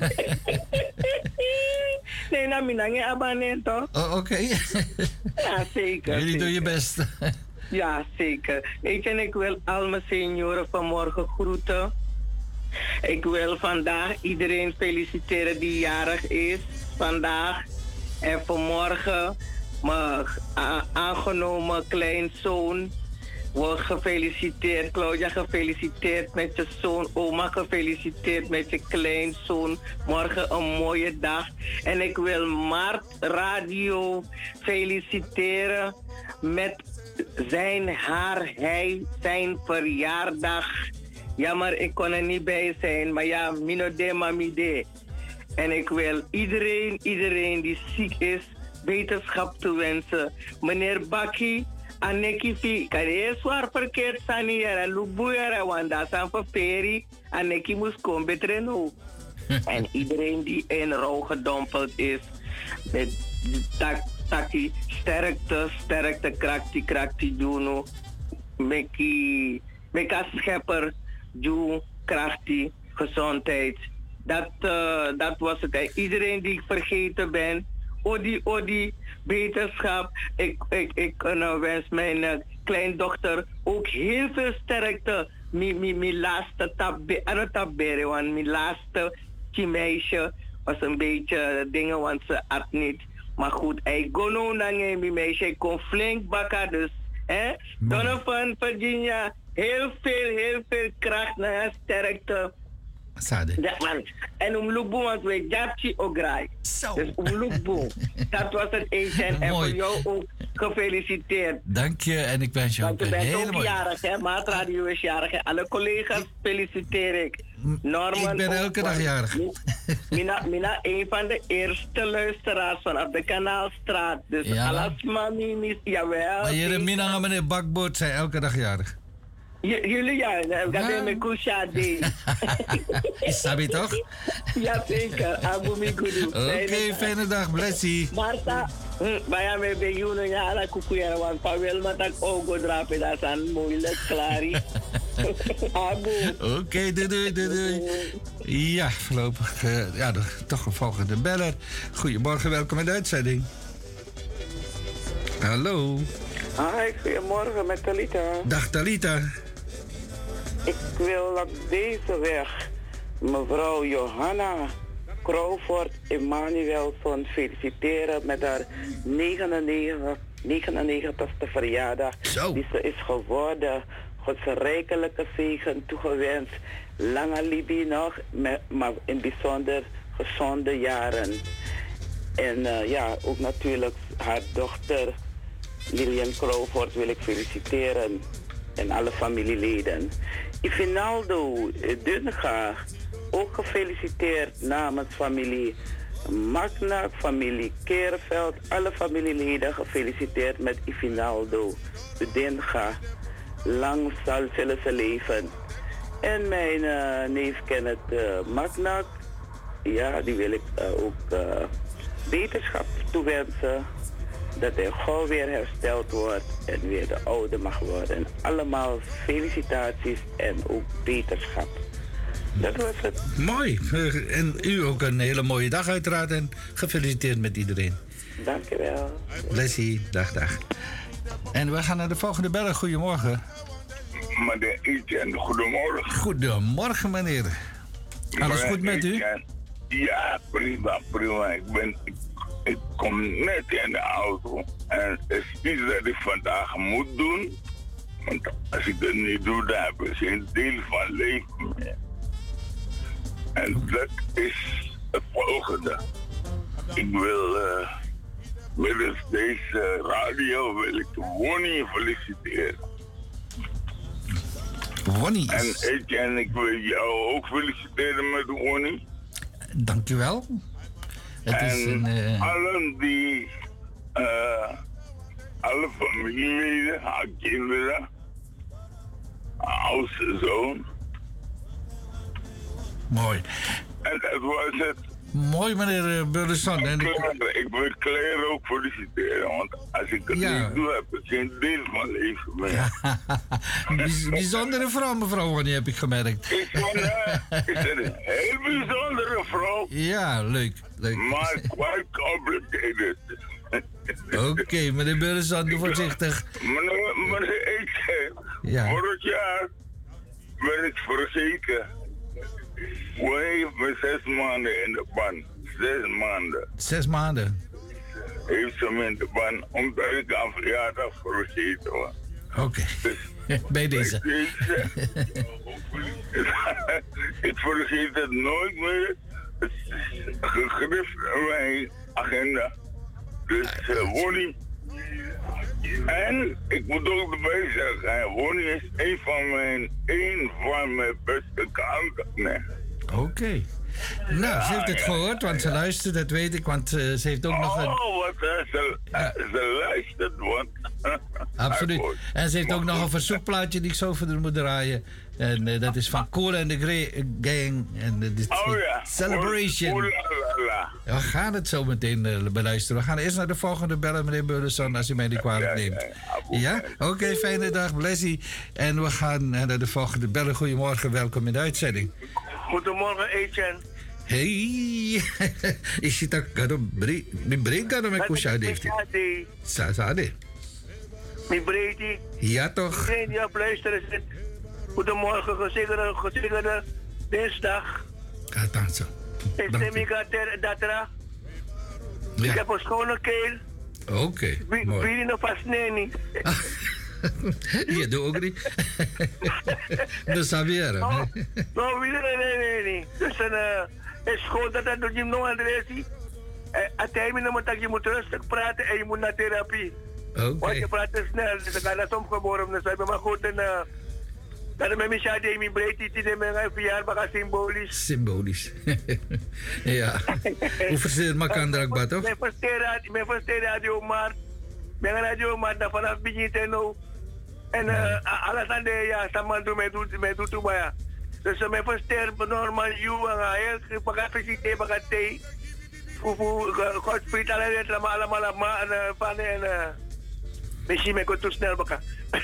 Nee, nou, minange abonneer toch? Oh, oké. Okay. Ja, zeker. Jullie zeker. doen je best. Ja, zeker. Ik en ik wil al mijn senioren vanmorgen groeten. Ik wil vandaag iedereen feliciteren die jarig is. Vandaag en vanmorgen mijn aangenomen kleinzoon wordt gefeliciteerd. Claudia, gefeliciteerd met je zoon. Oma, gefeliciteerd met je kleinzoon. Morgen een mooie dag. En ik wil Maart Radio feliciteren met zijn, haar, hij, zijn verjaardag. Jammer, ik kon er niet bij zijn. Maar ja, mino de mami de. En ik wil iedereen, iedereen die ziek is, wetenschap toewensen. Meneer Bakkie, Anneki Fi, kan je zwaar verkeerd zijn hier, Lubuera, want dat is een feri. Anneki moest komen beter nu. En iedereen die in rouw gedompeld is, met tak, taki, sterkte, sterkte, krakti, krakti, juno. Meki, meka schepper, ju, krachti, gezondheid. Dat, uh, dat was het. Iedereen die ik vergeten ben, odi, odi, beterschap. Ik, ik, ik uh, wens mijn uh, kleindochter ook heel veel sterkte. Mijn mi, mi laatste tabere, want mijn laatste meisje was een beetje dingen, want ze at niet. Maar goed, ik go no naar mijn meisje. Ik kon flink bakken, dus. hè? Donovan, Virginia, heel veel, heel veel kracht naar sterkte. Sade. Ja, man. En om Lukboe, want we Japchi Ograi. Zo. Dus om Lukboe. Dat was het Etienne. En voor jou ook gefeliciteerd. Dank je en ik wens je ook een hele mooie... Want je bent ook jarig, hè? Maatradio is jarig, hè? Alle collega's feliciteer ik. Norman ik ben elke ook, dag jarig. Mina, Mina, een van de eerste luisteraars vanaf de Kanaalstraat. Dus ja. alles mami's, jawel. Maar jullie Mina en meneer Bakboot zijn elke dag jarig. J jullie ja, ik ga met Kusha D. Isabi toch? Jazeker, Abu Mikudu. Oké, okay, fijne dag, blessie. Marta, wij hebben bij jullie ja, la kukuya, want Pavel matak ogo drapen, dat is een moeilijk klaar. Abu. Oké, okay, doei, doei, doei, doei. Ja, voorlopig, uh, ja, de, toch een volgende beller. Goedemorgen, welkom in de uitzending. Hallo. Hi, goedemorgen met Talita. Dag Talita. Ik wil op deze weg mevrouw Johanna Crawford Emanuelson feliciteren met haar negenennegentigste verjaardag. Zo. Die ze is geworden. Gods rijkelijke zegen toegewenst. Lange Libie nog, met, maar in bijzonder gezonde jaren. En uh, ja, ook natuurlijk haar dochter Lilian Crawford wil ik feliciteren. En alle familieleden. Ifinaldo Dunga, ook gefeliciteerd namens familie Magna, familie Keerveld. Alle familieleden gefeliciteerd met Ifinaldo Dunga. Lang zal zullen ze leven. En mijn uh, neef Kenneth uh, Magna, ja, die wil ik uh, ook uh, beterschap toewensen. Dat hij gauw weer hersteld wordt en weer de oude mag worden. Allemaal felicitaties en ook beterschap. Dat was het. Mooi. En u ook een hele mooie dag uiteraard en gefeliciteerd met iedereen. Dank u wel. Blessie, dag, dag. En we gaan naar de volgende bellen. Goedemorgen. Meneer Etienne, goedemorgen. Goedemorgen, meneer. Alles goed met u? Ja, prima, prima. Ik ben... Ik, ik kom net in de auto en er is iets dat ik vandaag moet doen. Want als ik het niet doe, dan heb ik geen deel van leven meer. En dat is het volgende. Ik wil uh, middels deze radio wil ik Wonnie feliciteren. Wonnie. En Etienne, ik wil jou ook feliciteren met Wonnie. Dank u wel. Het en is een, uh... allen die, uh, alle familieleden, haar kinderen, haar oudste zoon. Mooi. En dat was het. Mooi, meneer Burleson. En ik... ik wil Claire ook feliciteren, want als ik het ja. niet doe, heb ik geen deel van leven meer. Ja. Bijzondere vrouw, mevrouw Wonnie, heb ik gemerkt. Ik vond haar een heel bijzondere vrouw. Ja, leuk. leuk. Maar quite complicated. Oké, okay, meneer Burleson, doe voorzichtig. Meneer, meneer Etienne, ja. vorig jaar ben ik verzekerd. We heeft me zes maanden in de ban. Zes maanden. Zes maanden? Heeft ze me in de ban, omdat ik aan verjaardag verzekerd was. Oké, okay. dus, bij deze. Bij deze ik vergeet het nooit meer. Het is gegrift in mijn agenda. Dus uh, Wonnie. En ik moet ook erbij zeggen, Wonnie is een van mijn, een van mijn beste kanten. Nee. Oké. Okay. Nou, ja, ze heeft het ja, gehoord, want ze luistert, dat weet ik, want uh, ze heeft ook oh, nog een... Oh, wat, uh, ze, ja. uh, ze luistert, want... Absoluut. En ze heeft ook nog een verzoekplaatje die ik zo voor haar moet draaien. En uh, dat is van Cool and the Grey Gang. En uh, dit oh ja. Celebration. Oh, la, la, la. We gaan het zo meteen uh, beluisteren. We gaan eerst naar de volgende bellen, meneer Burleson, als u mij niet kwalijk neemt. Ja? ja? Oké, okay, fijne dag, blessie. En we gaan uh, naar de volgende bellen. Goedemorgen, welkom in de uitzending. Goedemorgen, Etienne. Hey, is het ook mijn breed kan met Kusha heeft? Sazade. Mijn breedie. Ja toch? Iedereen die op luisteren zit. Goedemorgen, gezegende, gezegende dinsdag. Gaat dan zo. Ik neem ik datra. Ik heb een schone keel. Oké. Wie nog vast nee niet. Je doet ook niet. Dus Xavier. Nou, nee, nee, nee, nee. Dus een, uh, is goed dat dat doet je nog adressie. Als hij me noemt dat je moet rustig praten en je moet naar therapie. Oké. Okay. Want je praat te snel, dus ik ga naar soms geboren. Dus ik ben maar goed en... Uh, dat met mijn shade mijn breed die de mijn verjaardag symbolisch. Symbolisch. Ja. Hoe versteert elkaar er ook wat, toch? Mijn verste radio maar. Mijn radio maar dan vanaf begin te nou. En uh, alles aan de ja, samen doen met doet met doet maar ja. Dus mijn verste normaal you en heel gefeliciteerd met thee. Voor voor God spreekt allemaal allemaal allemaal en van en misschien ben ik te snel elkaar.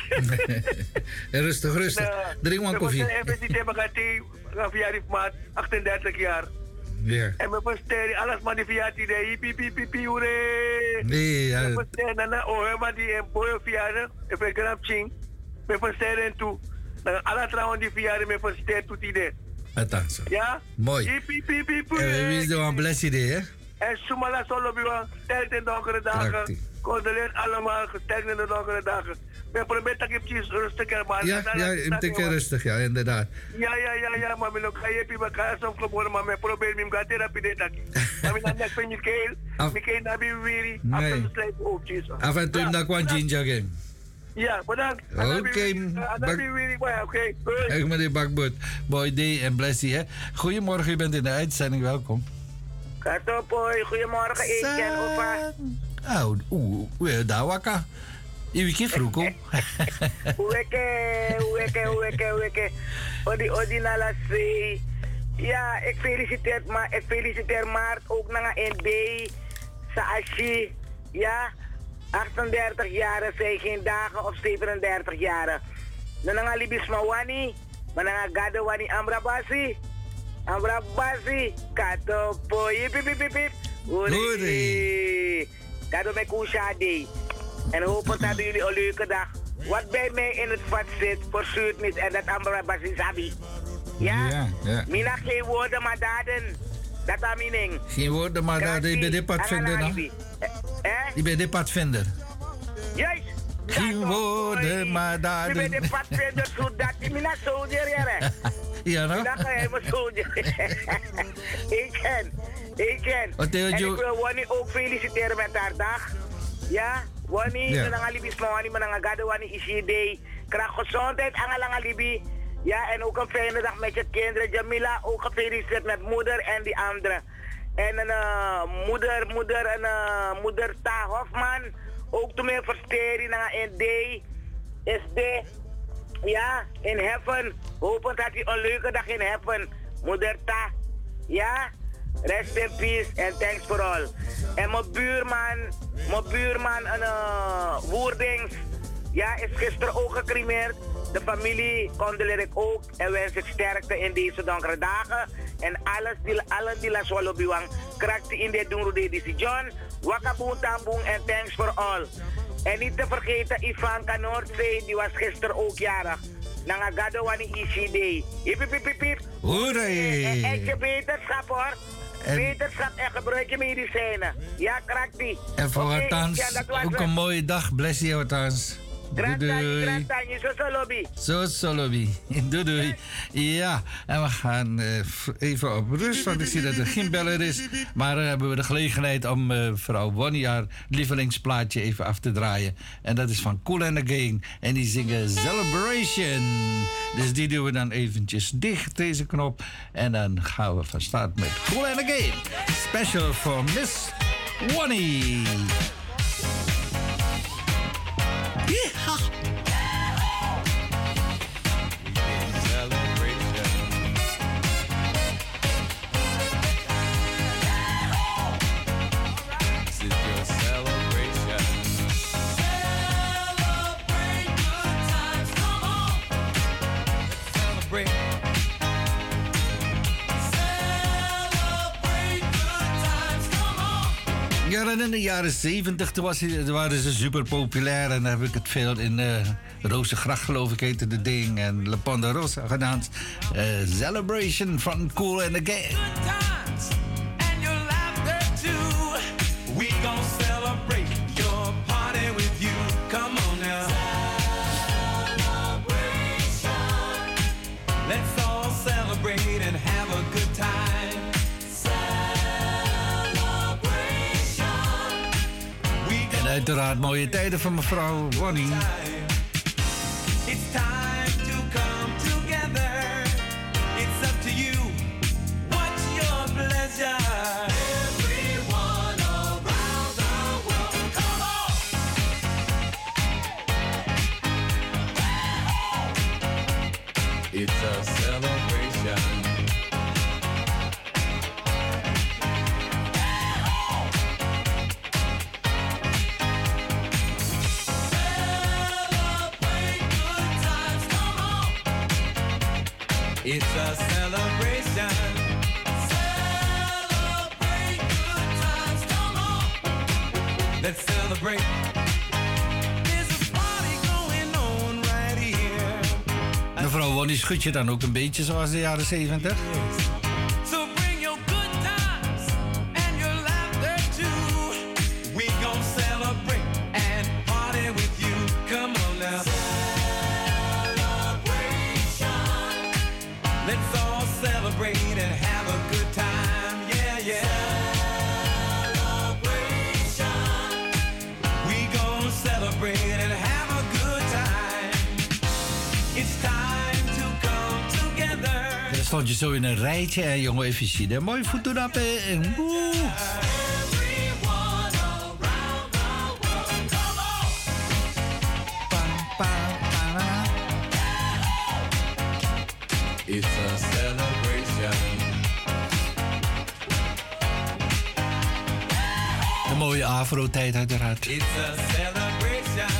Rustig, rustig. Drink maar koffie. Ik ben even thee, een verjaardag maat, achtendertig jaar. Weer. En mijn verste, alles maar die verjaardag idee, piep piep piep piep, hoere. Nee, ja. Mijn verste, dan oh, maar die een boy verjaardag, even knap ching. Mijn verste en toe. Dan alle trouwen die verjaardag, mijn verste toe idee. Attenzo. Ja? Mooi. Piep piep piep piep. En wie is er een bless idee, hè? En Sumala solo biwa, stelt in donkere dagen. Condoleer allemaal, gesteld in de donkere dagen. Maar probeer dat ik het rustig herman. Ja, ja, een tikje rustig, ja, inderdaad. Ja, ja, ja, ja, maar ik ga je bij elkaar soms geboren, maar ik probeer me te therapie te doen. Maar ik ga niet van je keel, ik ga naar binnen weer, af en toe slijp ook, jezus. Af en toe naar kwam ginger game. Ja, bedankt. Oké. Oké, ik meneer Bakboot. Boy D en Blessie, hè. Goedemorgen, u bent in de uitzending, welkom. Katopoi, goedemorgen, Etienne, opa. Oh, oeh, oeh, daar wakka. Je kent vroeg, hoor. Weke, weke, weke, weke. Odi, odi, nala, see. Ja, ik feliciteer, maar ik feliciteer Maart ook naar N B. Saashi. Ja, achtendertig jaren zijn geen dagen of zevenendertig jaren. Dan gaan Libis Mawani, maar dan gaan Gadawani Amrabasi. Amrabasi, kato poi, pip pip pip pip. Uri. Kado met Kushadi. En hopen dat jullie een leuke dag. Wat bij mij in het vat zit, verzuurt niet en dat Amrabasi sabi. Ja? Ja, ja. Mina geen woorden maar daden. Dat is mijn ding. Geen woorden maar daden. Je bent de padvinder, no? Eh? Je bent de padvinder. Juist. Geen woorden maar daden. Je bent de padvinder, zodat je mina soldier, ja. Ja, no? Dat ga je me soldier. Ik ken. Ik ken. En ik wil Wani ook feliciteren met haar dag. Ja? Wani, ja. Nang alibi sma Wani, manang agada Wani isi day. Krak gezondheid, angalang alibi. Ja, en ook een fijne dag met je kinderen. Jamila, ook gefeliciteerd met moeder en die andere. En een uh, moeder, moeder, en uh, moeder Ta Hofman. Ook toen meer versteren naar een day. Is de, ja, in heaven. Hopend dat hij een leuke dag in heaven. Moeder Ta, ja. Rest in peace and thanks for all. En mijn buurman, mijn buurman, een uh, Woerdings, ja, is gisteren ook gecremeerd. De familie condoleer ik ook en wens ik sterkte in deze donkere dagen. En alles die, allen die la swallow biwang, krakte in de doen de disi John, wakaboon tamboen en thanks for all. En niet te vergeten Ivanka Noordzee, die was gisteren ook jarig. Nangagado wani I C D. Hip hip hip hip. Hoerai! En, en je wetenschap hoor. En wetenschap en gebruik je medicijnen. Ja, krak die. En voor okay, althans, ja, ook een mooie dag. Bless je althans. Doei doei. Zo zo lobby. Zo zo lobby. Doei doei. Ja, en we gaan uh, even op rust, want ik zie dat er geen beller is. Maar dan hebben we de gelegenheid om uh, vrouw Bonnie haar lievelingsplaatje even af te draaien. En dat is van Kool and the Gang. En die zingen Celebration. Dus die doen we dan eventjes dicht, deze knop. En dan gaan we van start met Kool and the Gang. Special for Miss Bonnie. Yeah. Ja, en in de jaren zeventig waren ze super populair. En dan heb ik het veel in uh, Rozengracht, geloof ik, heette de ding. En Le Ponderosa gedaan. Uh, Celebration van Kool and the Gang. Uiteraard mooie tijden van mevrouw Wonnie. It's time to come together. It's up to you. What's your pleasure? Everyone around the world, come on! It's a celebration. It's a celebration. Celebrate good times, come on. Let's celebrate. There's a party going on right here. Mevrouw Wonnie, schud je dan ook een beetje zoals de jaren zeventig? So bring your good times and your laughter too. We gon' celebrate and party with you. Come on now. Let's all celebrate and have a good time, yeah, yeah. Celebration. We gon' celebrate and have a good time. It's time to come together. Dan stond je zo in een rijtje en jongen, even zien. Hè? Mooi voetoenappen en woe. It's a celebration. Een mooie afro-tijd uiteraard. It's a celebration.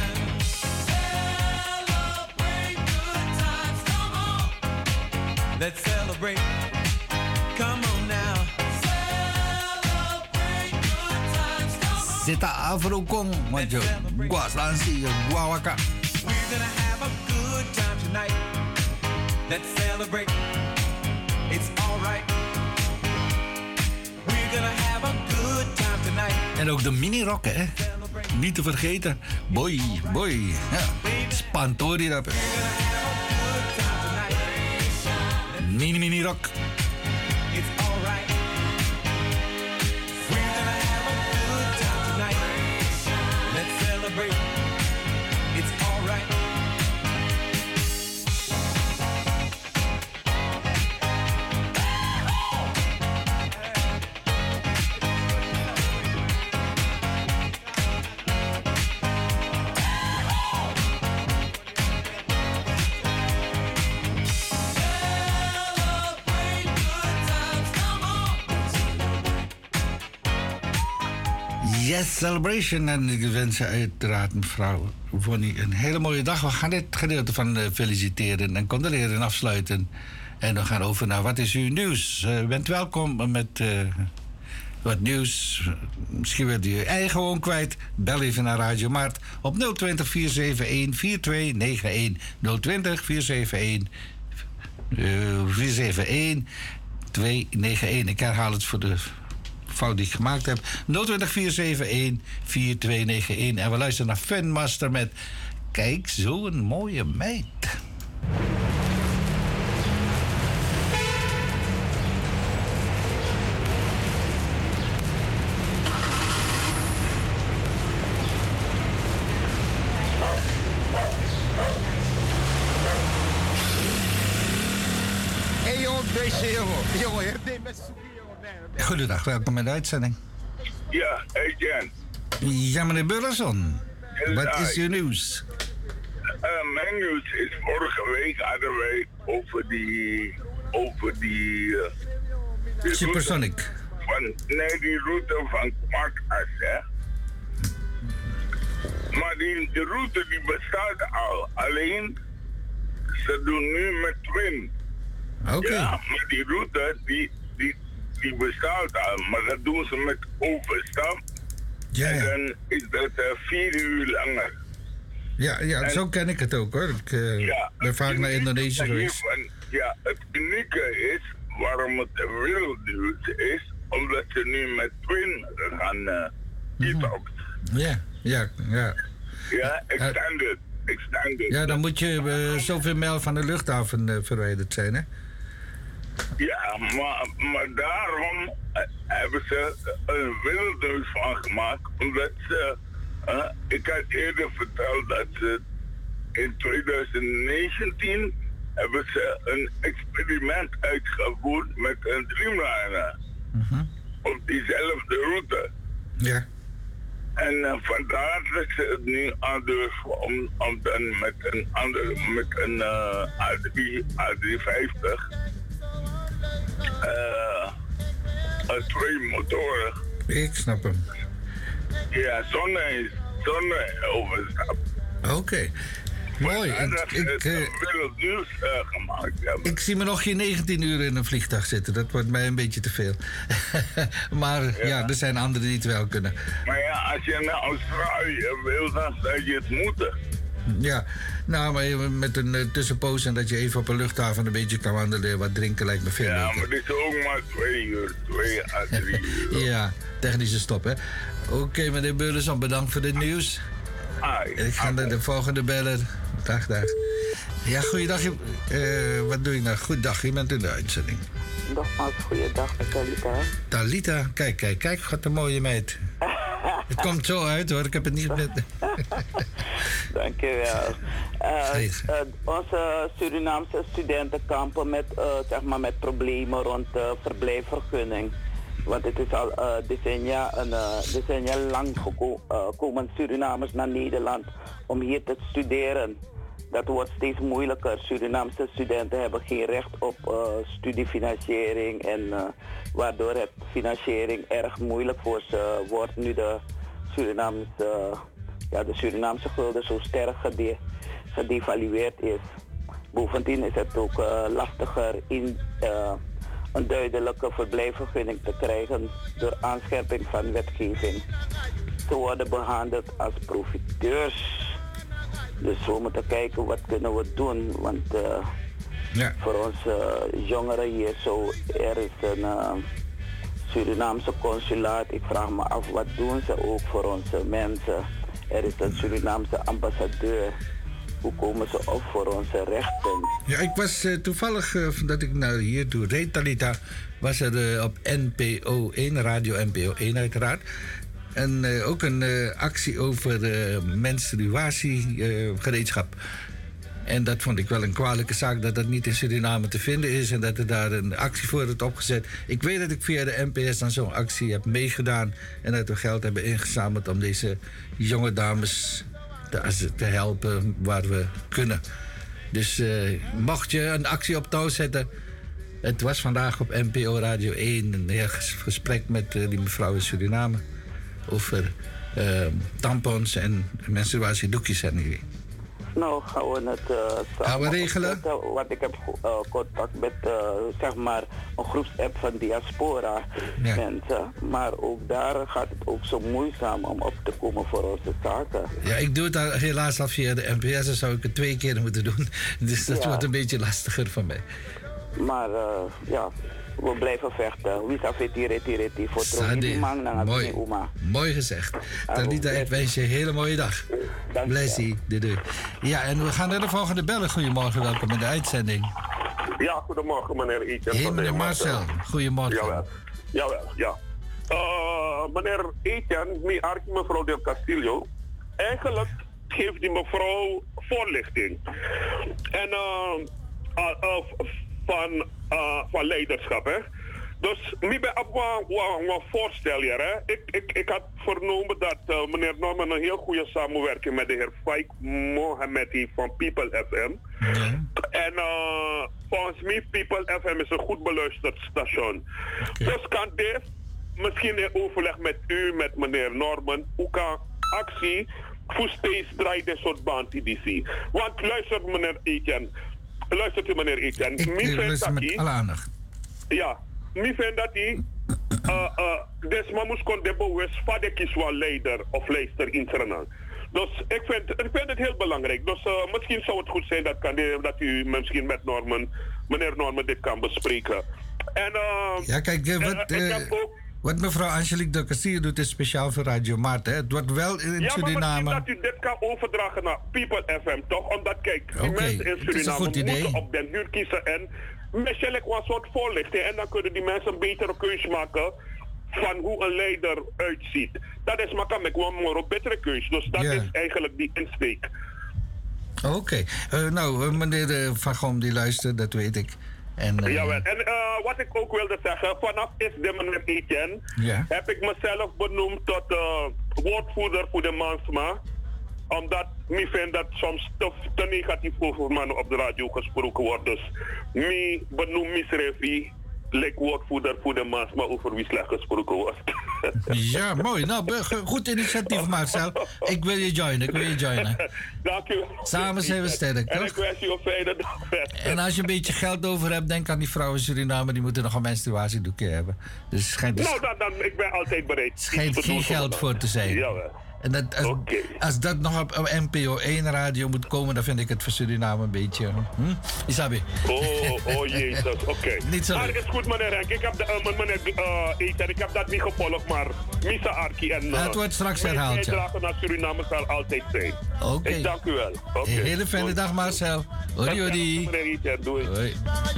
Celebrate good times, come on. Let's celebrate. Come on now. Celebrate good times, come on. Zita afro-kong, want je guaslansi, guawaka. We're gonna have a good time tonight. Let's celebrate. It's alright. We're gonna have a good time tonight. En ook de mini-rokken, hè? Niet te vergeten. Boy, boy. Ja. Spantori dat. Mini-mini-rock. It's alright. We're gonna have a good time tonight. Let's celebrate. It's alright. Yes, celebration. En ik wens uiteraard mevrouw Wonnie een hele mooie dag. We gaan dit gedeelte van uh, feliciteren en condoleren afsluiten. En we gaan over naar wat is uw nieuws. Uh, u bent welkom met uh, wat nieuws. Misschien wilt u uw eigen gewoon kwijt. Bel even naar Radio Maart op nul twintig, vier zeven een, vier twee negen een. nul twintig, vier zeven een, vier zeven een, twee negen een. Ik herhaal het voor de fout die ik gemaakt heb. nul twintig, vier zeven een, vier twee negen een. En we luisteren naar Funmaster met Kijk, zo'n mooie meid. Hey jongen, beestje jongen. Jongen, herneem met z'n Goedendag, welkom in de uitzending. Ja, hey Jan. Ja, meneer Burleson. Wat is uw nieuws? Uh, mijn nieuws is, vorige week hadden wij over die... over die... Uh, die Supersonic. Van, nee, die route van Kmartas, hè. Maar die, die route die bestaat al. Alleen, ze doen nu met Twin. Oké. Okay. Ja, maar die route, die... die Die bestaat al, maar dat doen ze met overstap. Ja, ja. En dan is dat uh, vier uur langer. Ja, ja en, zo ken ik het ook hoor. Ik uh, ja, ben vaak naar Indonesië geweest. Ja, het unieke is, waarom het wereldnieuws is, omdat ze nu met Twin gaan uh, detox. Ja, ja, ja. Ja, extended, extended. Ja, dan moet je uh, zoveel mijl van de luchthaven uh, verwijderd zijn, hè? Ja, maar, maar daarom uh, hebben ze een wereldnieuws van gemaakt, omdat ze Uh, ik had eerder verteld dat ze in twintig negentien hebben ze een experiment uitgevoerd met een Dreamliner. Mm-hmm. Op diezelfde route. Ja. En uh, vandaar dat ze het nu aandurven om, om dan met een andere, met een uh, A drie, A driehonderdvijftig, uh, een twee motoren. Ik snap hem. Ja, zonne, zonne overstap. Oké. Okay. Mooi. En ik, dat ik, is uh, wereldnieuws uh, gemaakt hebben. Ik zie me nog geen negentien uur in een vliegtuig zitten. Dat wordt mij een beetje te veel. maar ja. ja, er zijn anderen die het wel kunnen. Maar ja, als je naar Australië wil, dan zou je het moeten. Ja, nou, maar met een uh, tussenpoos en dat je even op een luchthaven een beetje kan wandelen, wat drinken lijkt me veel Ja, leuker. maar dit is ook maar twee uur, twee à drie uur. Ja, technische stop, hè. Oké, okay, meneer Beurleson, bedankt voor dit nieuws. Ai, ik ga naar de volgende beller. Dag, dag. Ja, goeiedag. Uh, wat doe ik nou? Goeiedag, je bent in de uitzending. Nogmaals, goeiedag, Talita. Talita, kijk, kijk, kijk, wat een mooie meid. Het komt zo uit, hoor. Ik heb het niet met... Dankjewel. Uh, uh, onze Surinaamse studenten kampen met, uh, zeg maar met problemen rond de verblijfsvergunning. Want het is al uh, decennia, een, uh, decennia lang geko- uh, komen Surinamers naar Nederland om hier te studeren. Dat wordt steeds moeilijker. Surinaamse studenten hebben geen recht op uh, studiefinanciering en uh, waardoor het financiering erg moeilijk voor ze wordt nu de Surinaamse, uh, ja, de Surinaamse gulden zo sterk gede- gedevalueerd is. Bovendien is het ook uh, lastiger in uh, een duidelijke verblijfsvergunning te krijgen door aanscherping van wetgeving. Ze worden behandeld als profiteurs. Dus we moeten kijken wat kunnen we doen, want uh, ja. voor onze uh, jongeren hier zo, er is een uh, Surinaamse consulaat. Ik vraag me af, wat doen ze ook voor onze mensen? Er is een Surinaamse ambassadeur. Hoe komen ze op voor onze rechten? Ja, ik was uh, toevallig, uh, dat ik naar hier toe reed, Talita, was er uh, op N P O één, radio N P O één uiteraard. En uh, ook een uh, actie over uh, menstruatiegereedschap. Uh, en dat vond ik wel een kwalijke zaak dat dat niet in Suriname te vinden is en dat er daar een actie voor wordt opgezet. Ik weet dat ik via de N P S aan zo'n actie heb meegedaan en dat we geld hebben ingezameld om deze jonge dames te, te helpen waar we kunnen. Dus uh, mocht je een actie op touw zetten. Het was vandaag op N P O Radio één een heel gesprek met uh, die mevrouw in Suriname. Over uh, tampons en menstruatiedoekjes en die. Nou, gaan we het uh, gaan we regelen? Opzetten, want ik heb uh, contact met uh, zeg maar een groepsapp van diaspora ja. mensen. Maar ook daar gaat het ook zo moeizaam om op te komen voor onze zaken. Ja, ik doe het al, helaas al via de N P S. Dan zou ik het twee keer moeten doen. Dus dat ja. wordt een beetje lastiger voor mij. Maar uh, ja, we blijven vechten. Wie zou het hier reti voor Troni man naar Mooi. Mooi gezegd. Talita, ik wens je een hele mooie dag. Blessie. Ja, en we gaan naar de volgende bellen. Goedemorgen, welkom in de uitzending. Ja, goedemorgen meneer Etienne. Hey, meneer Marcel, goedemorgen. Jawel, jawel, ja. Uh, meneer Etienne, mij ark mevrouw Del Castillo. Eigenlijk geeft die mevrouw voorlichting. En uh, uh, uh, van, uh, van leiderschap, hè. Dus ik ben op een voorstel hier, hè. Ik, ik, ik had vernomen dat uh, meneer Norman een heel goede samenwerking met de heer Faik Mohamedi van People F M. Ja. En uh, volgens mij People F M is een goed beluisterd station. Okay. Dus kan dit misschien in overleg met u, met meneer Norman, hoe kan actie voor steeds draaien dit soort bandie. Want luister meneer Etienne. Luistert u meneer Etienne. Ik, ik luister met alle aandacht. Ja, ik vind dat hij uh, uh, desmamus kon de bewust van de kieswa leider of leider in Suriname. Dus ik vind, ik vind het heel belangrijk. Dus uh, misschien zou het goed zijn dat, kan die, dat u misschien met Norman, meneer Norman dit kan bespreken. En, uh, ja, kijk, uh, wat, uh, uh, ook, wat mevrouw Angelique Del Castillo doet is speciaal voor Radio Maart. Hè? Het wordt wel in ja, Suriname. Ja, maar dat u dit kan overdragen naar People F M, toch? Omdat, kijk, die okay, mensen in Suriname moeten op den huur kiezen en misschien een soort voorlichting. En dan kunnen die mensen een betere keuze maken van hoe een leider uitziet. Dat is maar kan ik wel een betere keus. Dus dat Ja. is eigenlijk die insteek. Oké. Okay. Uh, nou, uh, meneer uh, Van Gom die luistert, dat weet ik. En, uh, Jawel. En uh, wat ik ook wilde zeggen, vanaf is de meneer Etienne, ja. heb ik mezelf benoemd tot uh, woordvoerder voor de Mansma. Omdat ik vind dat soms te, te negatief over mannen op de radio gesproken wordt. Dus ik benoem Misrevi, lijkt woordvoerder voor de Mansma over wie slecht gesproken wordt. Ja, mooi. Nou, goed initiatief, Marcel. Ik wil je joinen, ik wil je joinen. Dank u. Samen zijn we sterk, toch? En ik wens u een fijne dag. En als je een beetje geld over hebt, denk aan die vrouwen in Suriname, die moeten nog een menstruatiedoekje hebben. Dus schijnt dus nou, dan, dan, ik ben altijd bereid. schijnt geen geld voor te zijn. Jawel. En dat, als, okay. als dat nog op, op N P O één radio moet komen, dan vind ik het voor Suriname een beetje... Hm? Isabi. Oh, oh jezus, oké. Okay. Niet zo Maar leuk. is goed, meneer Henk. Ik heb, de, uh, meneer, uh, Eten, ik heb dat niet gevolgd, maar Misa Arki en... Uh, het wordt straks herhaald, mijn ja. bijdrage naar Suriname zal altijd zijn. Oké. Okay. Ik dank u wel. Okay. Een hele fijne dag, Marcel. Hoi, hoi. Meneer Eten, doei. Hoi.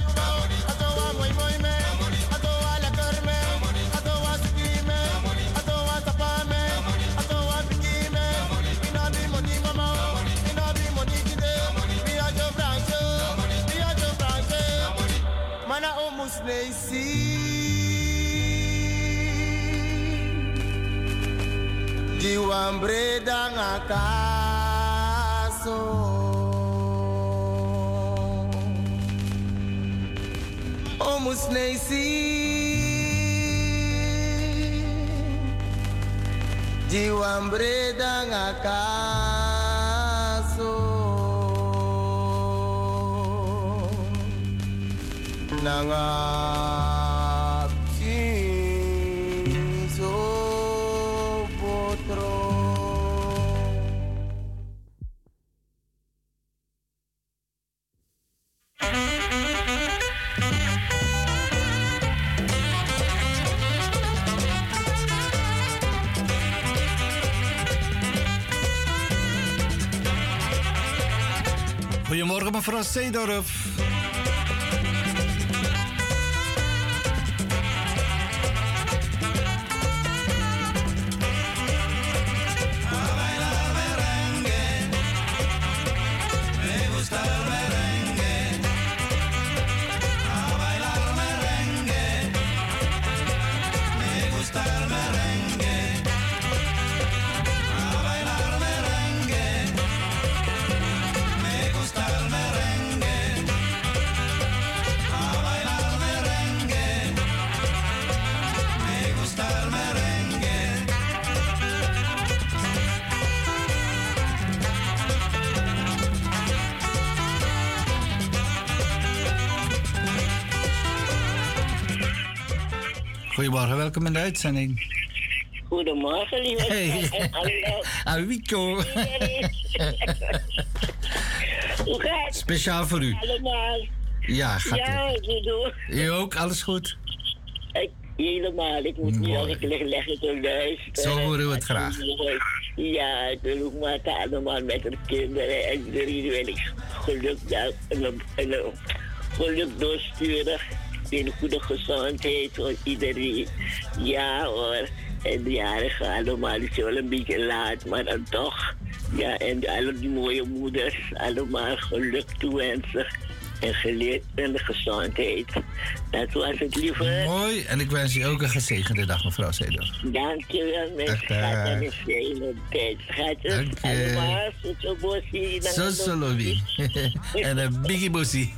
Mana omus neisi Jiwambre dangakaso Omus neisi Jiwambre dangakaso Nangap cinzo potro Goedemorgen, mevrouw Seedorf. Goedemorgen, welkom in de uitzending. Goedemorgen, lieve. Hey. Awiko. Hoe gaat het? Speciaal voor u. Allemaal. Ja, gaat ja, het. ik doe. U ook, alles goed? Ik, helemaal, ik moet nu nog een keer leggen te luisteren. Zo horen we het graag. Ja, ik wil ook maar allemaal met de kinderen en iedereen wil ik geluk, en een, en een geluk doorsturen. In goede gezondheid voor iedereen. Ja hoor. En de jarigen allemaal, het is wel een beetje laat, maar dan toch. Ja, en alle die mooie moeders, allemaal geluk toewensen. En geleerd en de gezondheid. Dat was het, lieve. Mooi, en ik wens u ook een gezegende dag, mevrouw Seedorf. Dankjewel, mijn schat. En een fijne tijd. Schatjes, allemaal. Zo bossie. Zo solobi. En een biggie bossie.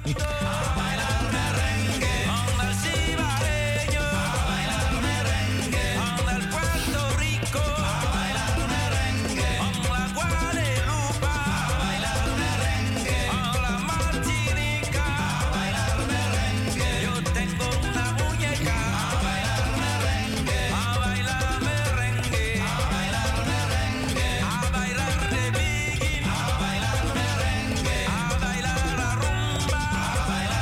A bailar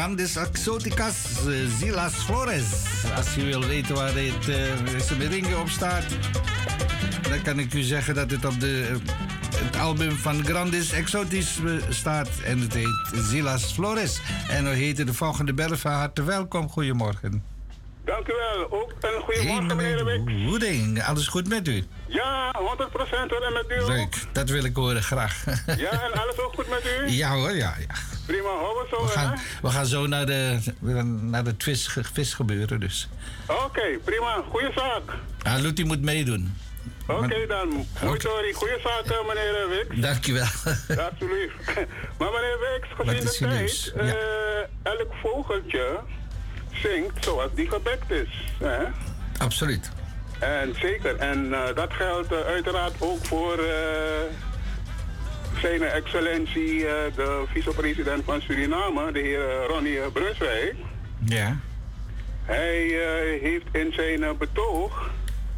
Grandis Exoticas uh, Zilas Flores. Als u wil weten waar het uh, Semeringe op staat, dan kan ik u zeggen dat het op de, uh, het album van Grandis Exotisch uh, staat. En het heet Zilas Flores. En dan heten de volgende bellen van harte welkom. Goedemorgen. Dank u wel. Ook een goedemorgen, hey, meneer Wicks. Woeding, alles goed met u? Ja, honderd procent hoor. En met u ook? Leuk, dat wil ik horen, graag. Ja, en alles ook goed met u? Ja hoor, ja. ja. Prima, houden we zo. We gaan, hè? we gaan zo naar de, naar de vis, visgebeuren dus. Oké, okay, prima. Goeie zaak. Ah, Lutie moet meedoen. Oké okay, dan. Mooi okay. Sorry. Goeie zaak, meneer Wicks. Dankjewel. Ja, alsjeblieft. Maar meneer Wicks, gezien de tijd, uh, ja. elk vogeltje zingt zoals die gebekt is. Hè? Absoluut. En zeker. En uh, dat geldt uh, uiteraard ook voor uh, zijn excellentie, uh, de vicepresident van Suriname, de heer uh, Ronnie uh, Brunswijk. Ja. Hij uh, heeft in zijn uh, betoog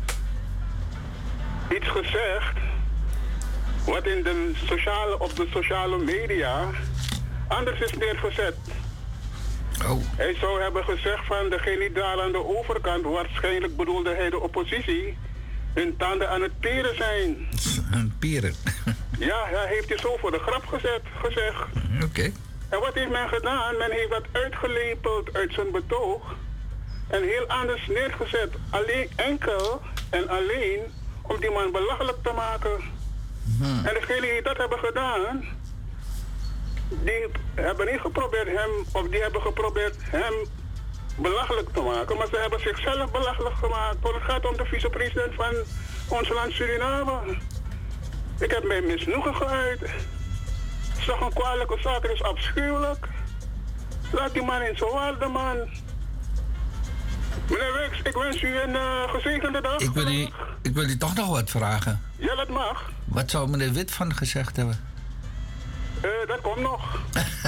iets gezegd wat in de sociale, op de sociale media anders is neergezet. Oh. Hij zou hebben gezegd van degene die daar aan de overkant, waarschijnlijk bedoelde hij de oppositie, hun tanden aan het peren zijn. Een peren? Ja, hij heeft het zo voor de grap gezet, gezegd. Oké. Okay. En wat heeft men gedaan? Men heeft dat uitgelepeld uit zijn betoog en heel anders neergezet. Alleen enkel en alleen om die man belachelijk te maken. Hmm. En degenen die dat hebben gedaan, die hebben niet geprobeerd hem, of die hebben geprobeerd hem belachelijk te maken, maar ze hebben zichzelf belachelijk gemaakt. Want het gaat om de vicepresident van ons land Suriname. Ik heb mijn misnoegen geuit. Het is toch een kwalijke zaak, het is afschuwelijk. Laat die man in zijn waarde, man. Meneer Wicks, ik wens u een uh, gezegende dag. Ik wil, u, ik wil u toch nog wat vragen. Ja, dat mag. Wat zou meneer Witvan gezegd hebben? Uh, dat komt nog.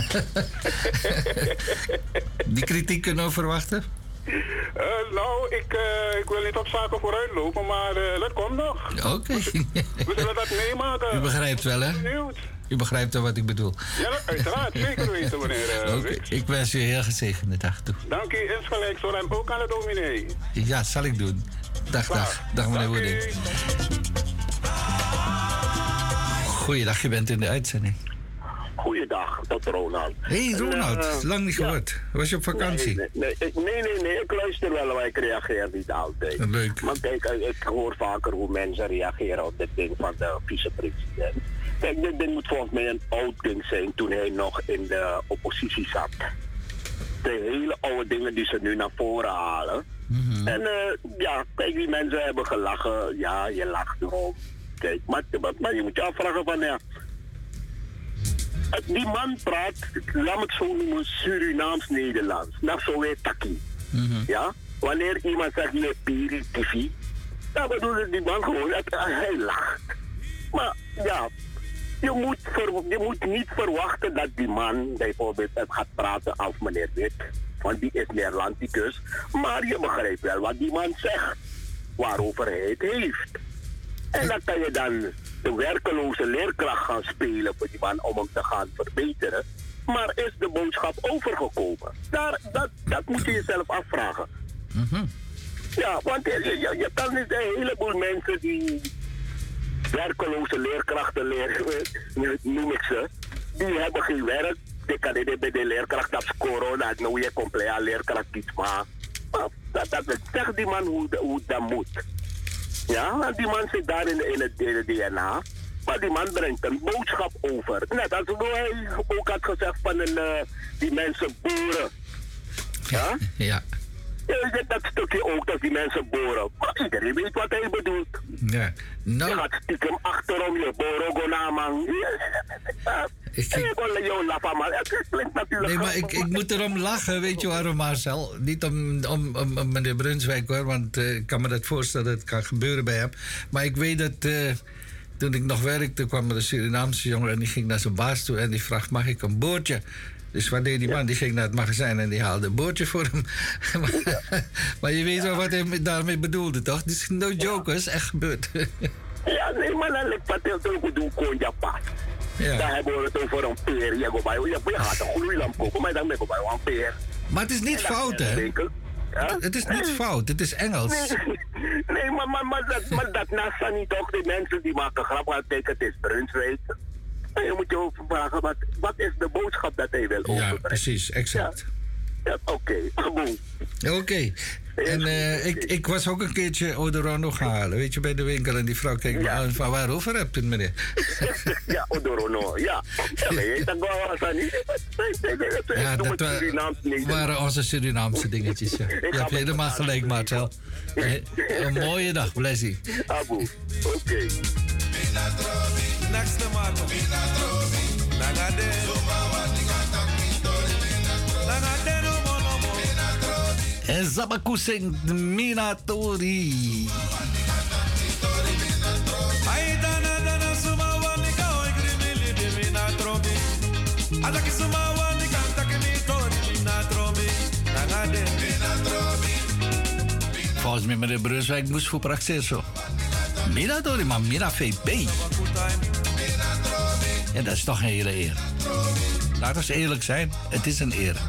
Die kritiek kunnen we verwachten? Uh, nou, ik, uh, ik wil niet op zaken vooruitlopen, maar uh, dat komt nog. Oké. Okay. We, we zullen dat meemaken. U begrijpt wel, hè? Benieuwd. U begrijpt wel wat ik bedoel. Ja, uiteraard. Zeker weten, meneer uh, okay. Ik wens u een heel gezegende dag toe. Dank u, insgelijks hoor. En ook aan de dominee. Ja, zal ik doen. Dag, Klaar. dag. Dag, meneer Woeding. Goeiedag, je bent in de uitzending. Goeiedag, dat Ronald. Hé hey, Ronald, uh, lang niet gehoord. Ja. Was je op vakantie? Nee nee, nee, nee, nee, nee, ik luister wel, maar ik reageer niet altijd. Leuk. Maar kijk, ik hoor vaker hoe mensen reageren op dit ding van de vicepresident. Kijk, dit ding moet volgens mij een oud ding zijn toen hij nog in de oppositie zat. De hele oude dingen die ze nu naar voren halen. Mm-hmm. En uh, ja, kijk, die mensen hebben gelachen. Ja, je lacht erom. Kijk, maar, maar je moet je afvragen van ja. Die man praat, laat me het zo noemen, Surinaams-Nederlands. Dat zo weer takkie. Mm-hmm. Ja? Wanneer iemand zegt, je Piri T V, dan bedoelt die man gewoon dat hij lacht. Maar ja, je moet, ver, je moet niet verwachten dat die man bijvoorbeeld gaat praten als meneer Wit. Want die is Neerlandicus. Maar je begrijpt wel wat die man zegt. Waarover hij het heeft. En dan kan je dan de werkeloze leerkracht gaan spelen voor die man om hem te gaan verbeteren. Maar is de boodschap overgekomen? Daar, dat, dat moet je jezelf afvragen. Mm-hmm. Ja, want je, je, je kan dus een heleboel mensen die werkeloze leerkrachten leren, noem ik ze, die hebben geen werk. Die kan niet bij de leerkracht op scoren, dat nou je compleet leerkracht iets maar. Dat, dat, dat zegt die man hoe, hoe dat moet. Ja, want die man zit daar in, de, in, het, in het D N A. Maar die man brengt een boodschap over. Net als hij ook had gezegd van een, uh, die mensen boeren. Ja? Ja. Ja, dat stukje ook, dat die mensen boren. Maar iedereen weet wat hij bedoelt. Ja. Nou. Je gaat stiekem achterom je borogonamang. Ik vind... Nee, maar ik, ik moet erom lachen, weet je waarom, Marcel? Niet om, om, om, om meneer Brunswijk, hoor, want uh, ik kan me dat voorstellen dat het kan gebeuren bij hem. Maar ik weet dat uh, toen ik nog werkte, kwam er een Surinaamse jongen en die ging naar zijn baas toe en die vraagt, mag ik een boordje? Dus wat deed die man? Die ging naar het magazijn en die haalde een boordje voor hem. maar, maar je weet wel wat hij daarmee bedoelde, toch? Dit is no joke, is echt gebeurd. Ja, nee, maar dan lijkt wat heel veel doen, kon je pas. Ja. Dan hebben we het over een peer. Je gaat een gloeilamp kopen, maar dan ben je een peer. Maar het is niet fout, hè? Ja? Het is niet fout, het is Engels. Nee, nee maar, maar, maar, dat, maar dat naast niet toch, die mensen die maken grap aan het het is Brunswijk. En je moet je ook vragen, wat, wat is de boodschap dat hij wil overbrengen? Ja, precies, exact. Ja, ja oké, gewoon. Oké. Okay. En uh, ik, ik was ook een keertje Odorono gaan halen, weet je, bij de winkel. En die vrouw keek me aan van, waarover hebt u het, meneer? Ja, Odorono, ja. Ja, weet dat was dat niet. Ja, dat wa waren onze Surinaamse dingetjes. Ja. Je hebt helemaal gelijk, Marcel. Een mooie dag, blessie. Abu, oké. Okay. Next tomato. Nagade. Nagade no mo no mo. En Zabaku zingt Minatori. Ai dana dana suma wani ka oi grimili bi minatrobi. Ataki suma wani ka ataki mitori minatrobi. Nagade minatrobi. Volgens mij meneer Brunswijk moest voor praxis zo. Minatori, maar Mina V P. En dat is toch een hele eer. Laten we eerlijk zijn, het is een eer.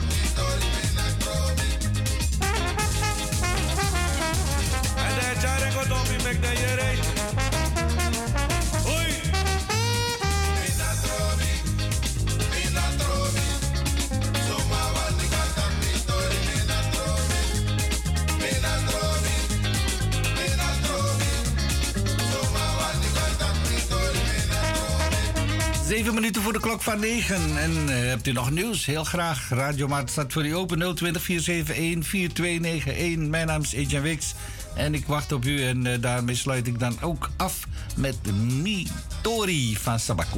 Zeven minuten voor de klok van negen. En uh, hebt u nog nieuws? Heel graag. Radio Maat staat voor u open. nul twintig, vier zeven een, vier twee negen een. Mijn naam is Etienne Wix. En ik wacht op u. En uh, daarmee sluit ik dan ook af met Mitori van Sabaku.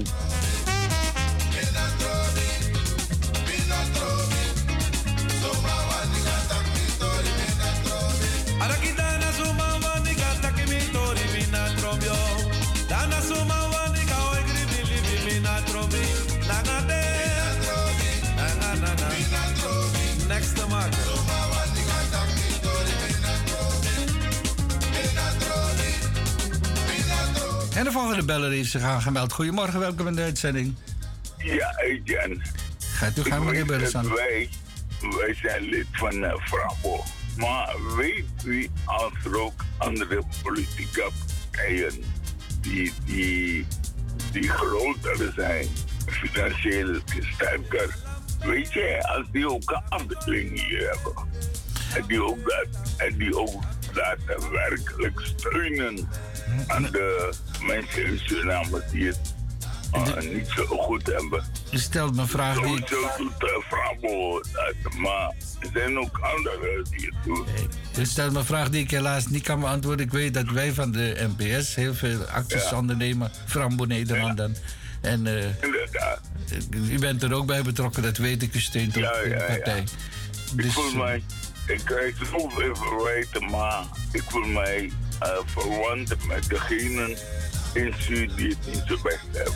En de volgende beller heeft zich aangemeld. Goedemorgen, welkom in de uitzending. Ja, Etienne. Gaat u gaan, meneer Burleson. Wij, wij zijn lid van uh, Frabo. Maar weet u, als er ook andere politieke partijen die, die, die groter zijn, financieel sterker. Weet je, als die ook een afdeling hier hebben. En die ook, dat, en die ook daadwerkelijk steunen aan de mensen in Suriname die het uh, niet zo goed hebben. Je stelt me een vraag zo, die ik... Zo doet uh, Frabo dat, maar er zijn ook anderen die het doen. Je stelt me een vraag die ik helaas niet kan beantwoorden. Ik weet dat wij van de N P S heel veel acties ja. ondernemen. Frambo Nederland dan. Ja. En uh, inderdaad. U bent er ook bij betrokken, dat weet ik. U steunt ook ja, de ja, partij. Ja. Dus, ik voel mij... Ik krijg zoveel verwijten, maar ik voel mij uh, verwant met degenen in Zuid die het niet zo best hebben.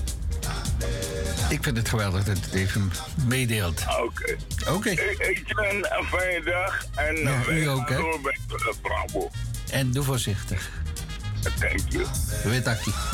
Ik vind het geweldig dat het even meedeelt. Oké. Okay. Oké. Okay. Ik, ik wens een fijne dag en ja, wij u ook, hè? door met uh, Bravo. En doe voorzichtig. Thank you. Weet dat je.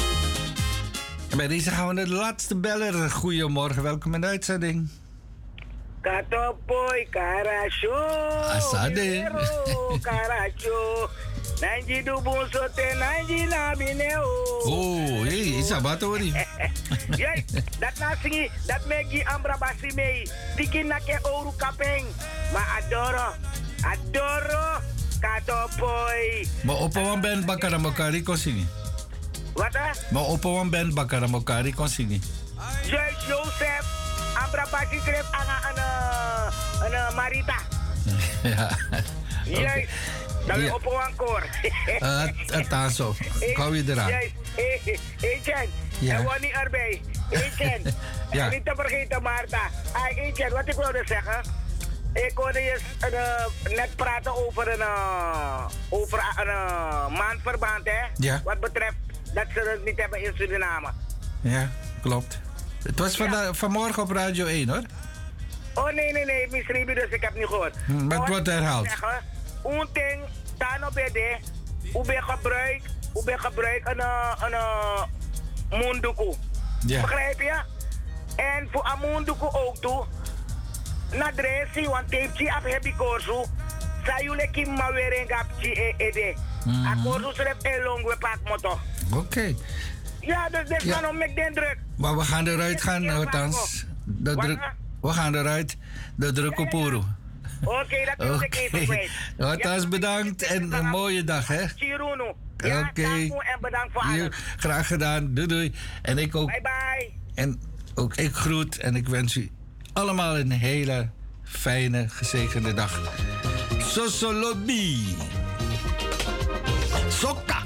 Bij deze gaan we naar de laatste beller. Goedemorgen, welkom in de uitzending. Katopoi Karacho. Asade. Karacho. Nanji dubun sote nanji nabineo. Oh, hey, isa ba to rin? Yes, dat na singi, dat megi ambra basi mei. Tikin na ke oru kapeng. Ma adoro. Adoro. Katopoi. Maupawan ben bakara mokari ko singi. Wat hè? Maupawan ben bakara mokari ko singi. Joyce Joseph. Ambra basi krep ana ana ana Marita. Ja. Yes. Dat is op een koor. Het taso. Kou je eraan. Etienne, en wanneer erbij. Etienne, ja. Niet te vergeten Marta. Ah, Etienne, wat ik wilde zeggen. Ik hoorde je uh, net praten over een, uh, over een uh, maandverband, hè? Ja. Wat betreft dat ze het niet hebben in Suriname. Ja, klopt. Het was van, ja. vanmorgen op Radio één, hoor. Oh, nee, nee, nee, Miss Ribi, dus ik heb niet gehoord. Hm, maar het wordt herhaald. Een ding, dan op de, hoe ben gebruik, hoe ben gebruik een, een, een mondoku. Ja. Begrijp je? En voor een mondoku ook toe, na dressie, want teepje af heb ik korsu, sa jullie kim ma weer een gapje ede. A korsu schrijft heel lang, we pak moto. Oké. Ja, dus dit kan om met den druk. Maar we gaan eruit gaan, althans. De druk, we gaan eruit, de druk op Oeru. Oké, okay, dat wil ik even kwijt. Althans, ja, bedankt en een mooie dag, hè? Chiruno. Ja, oké. Okay. En bedankt voor alles. Graag gedaan. Doei, doei. En ik ook. Bye, bye. En ook ik groet en ik wens u allemaal een hele fijne, gezegende dag. Sosolobi. Sokka.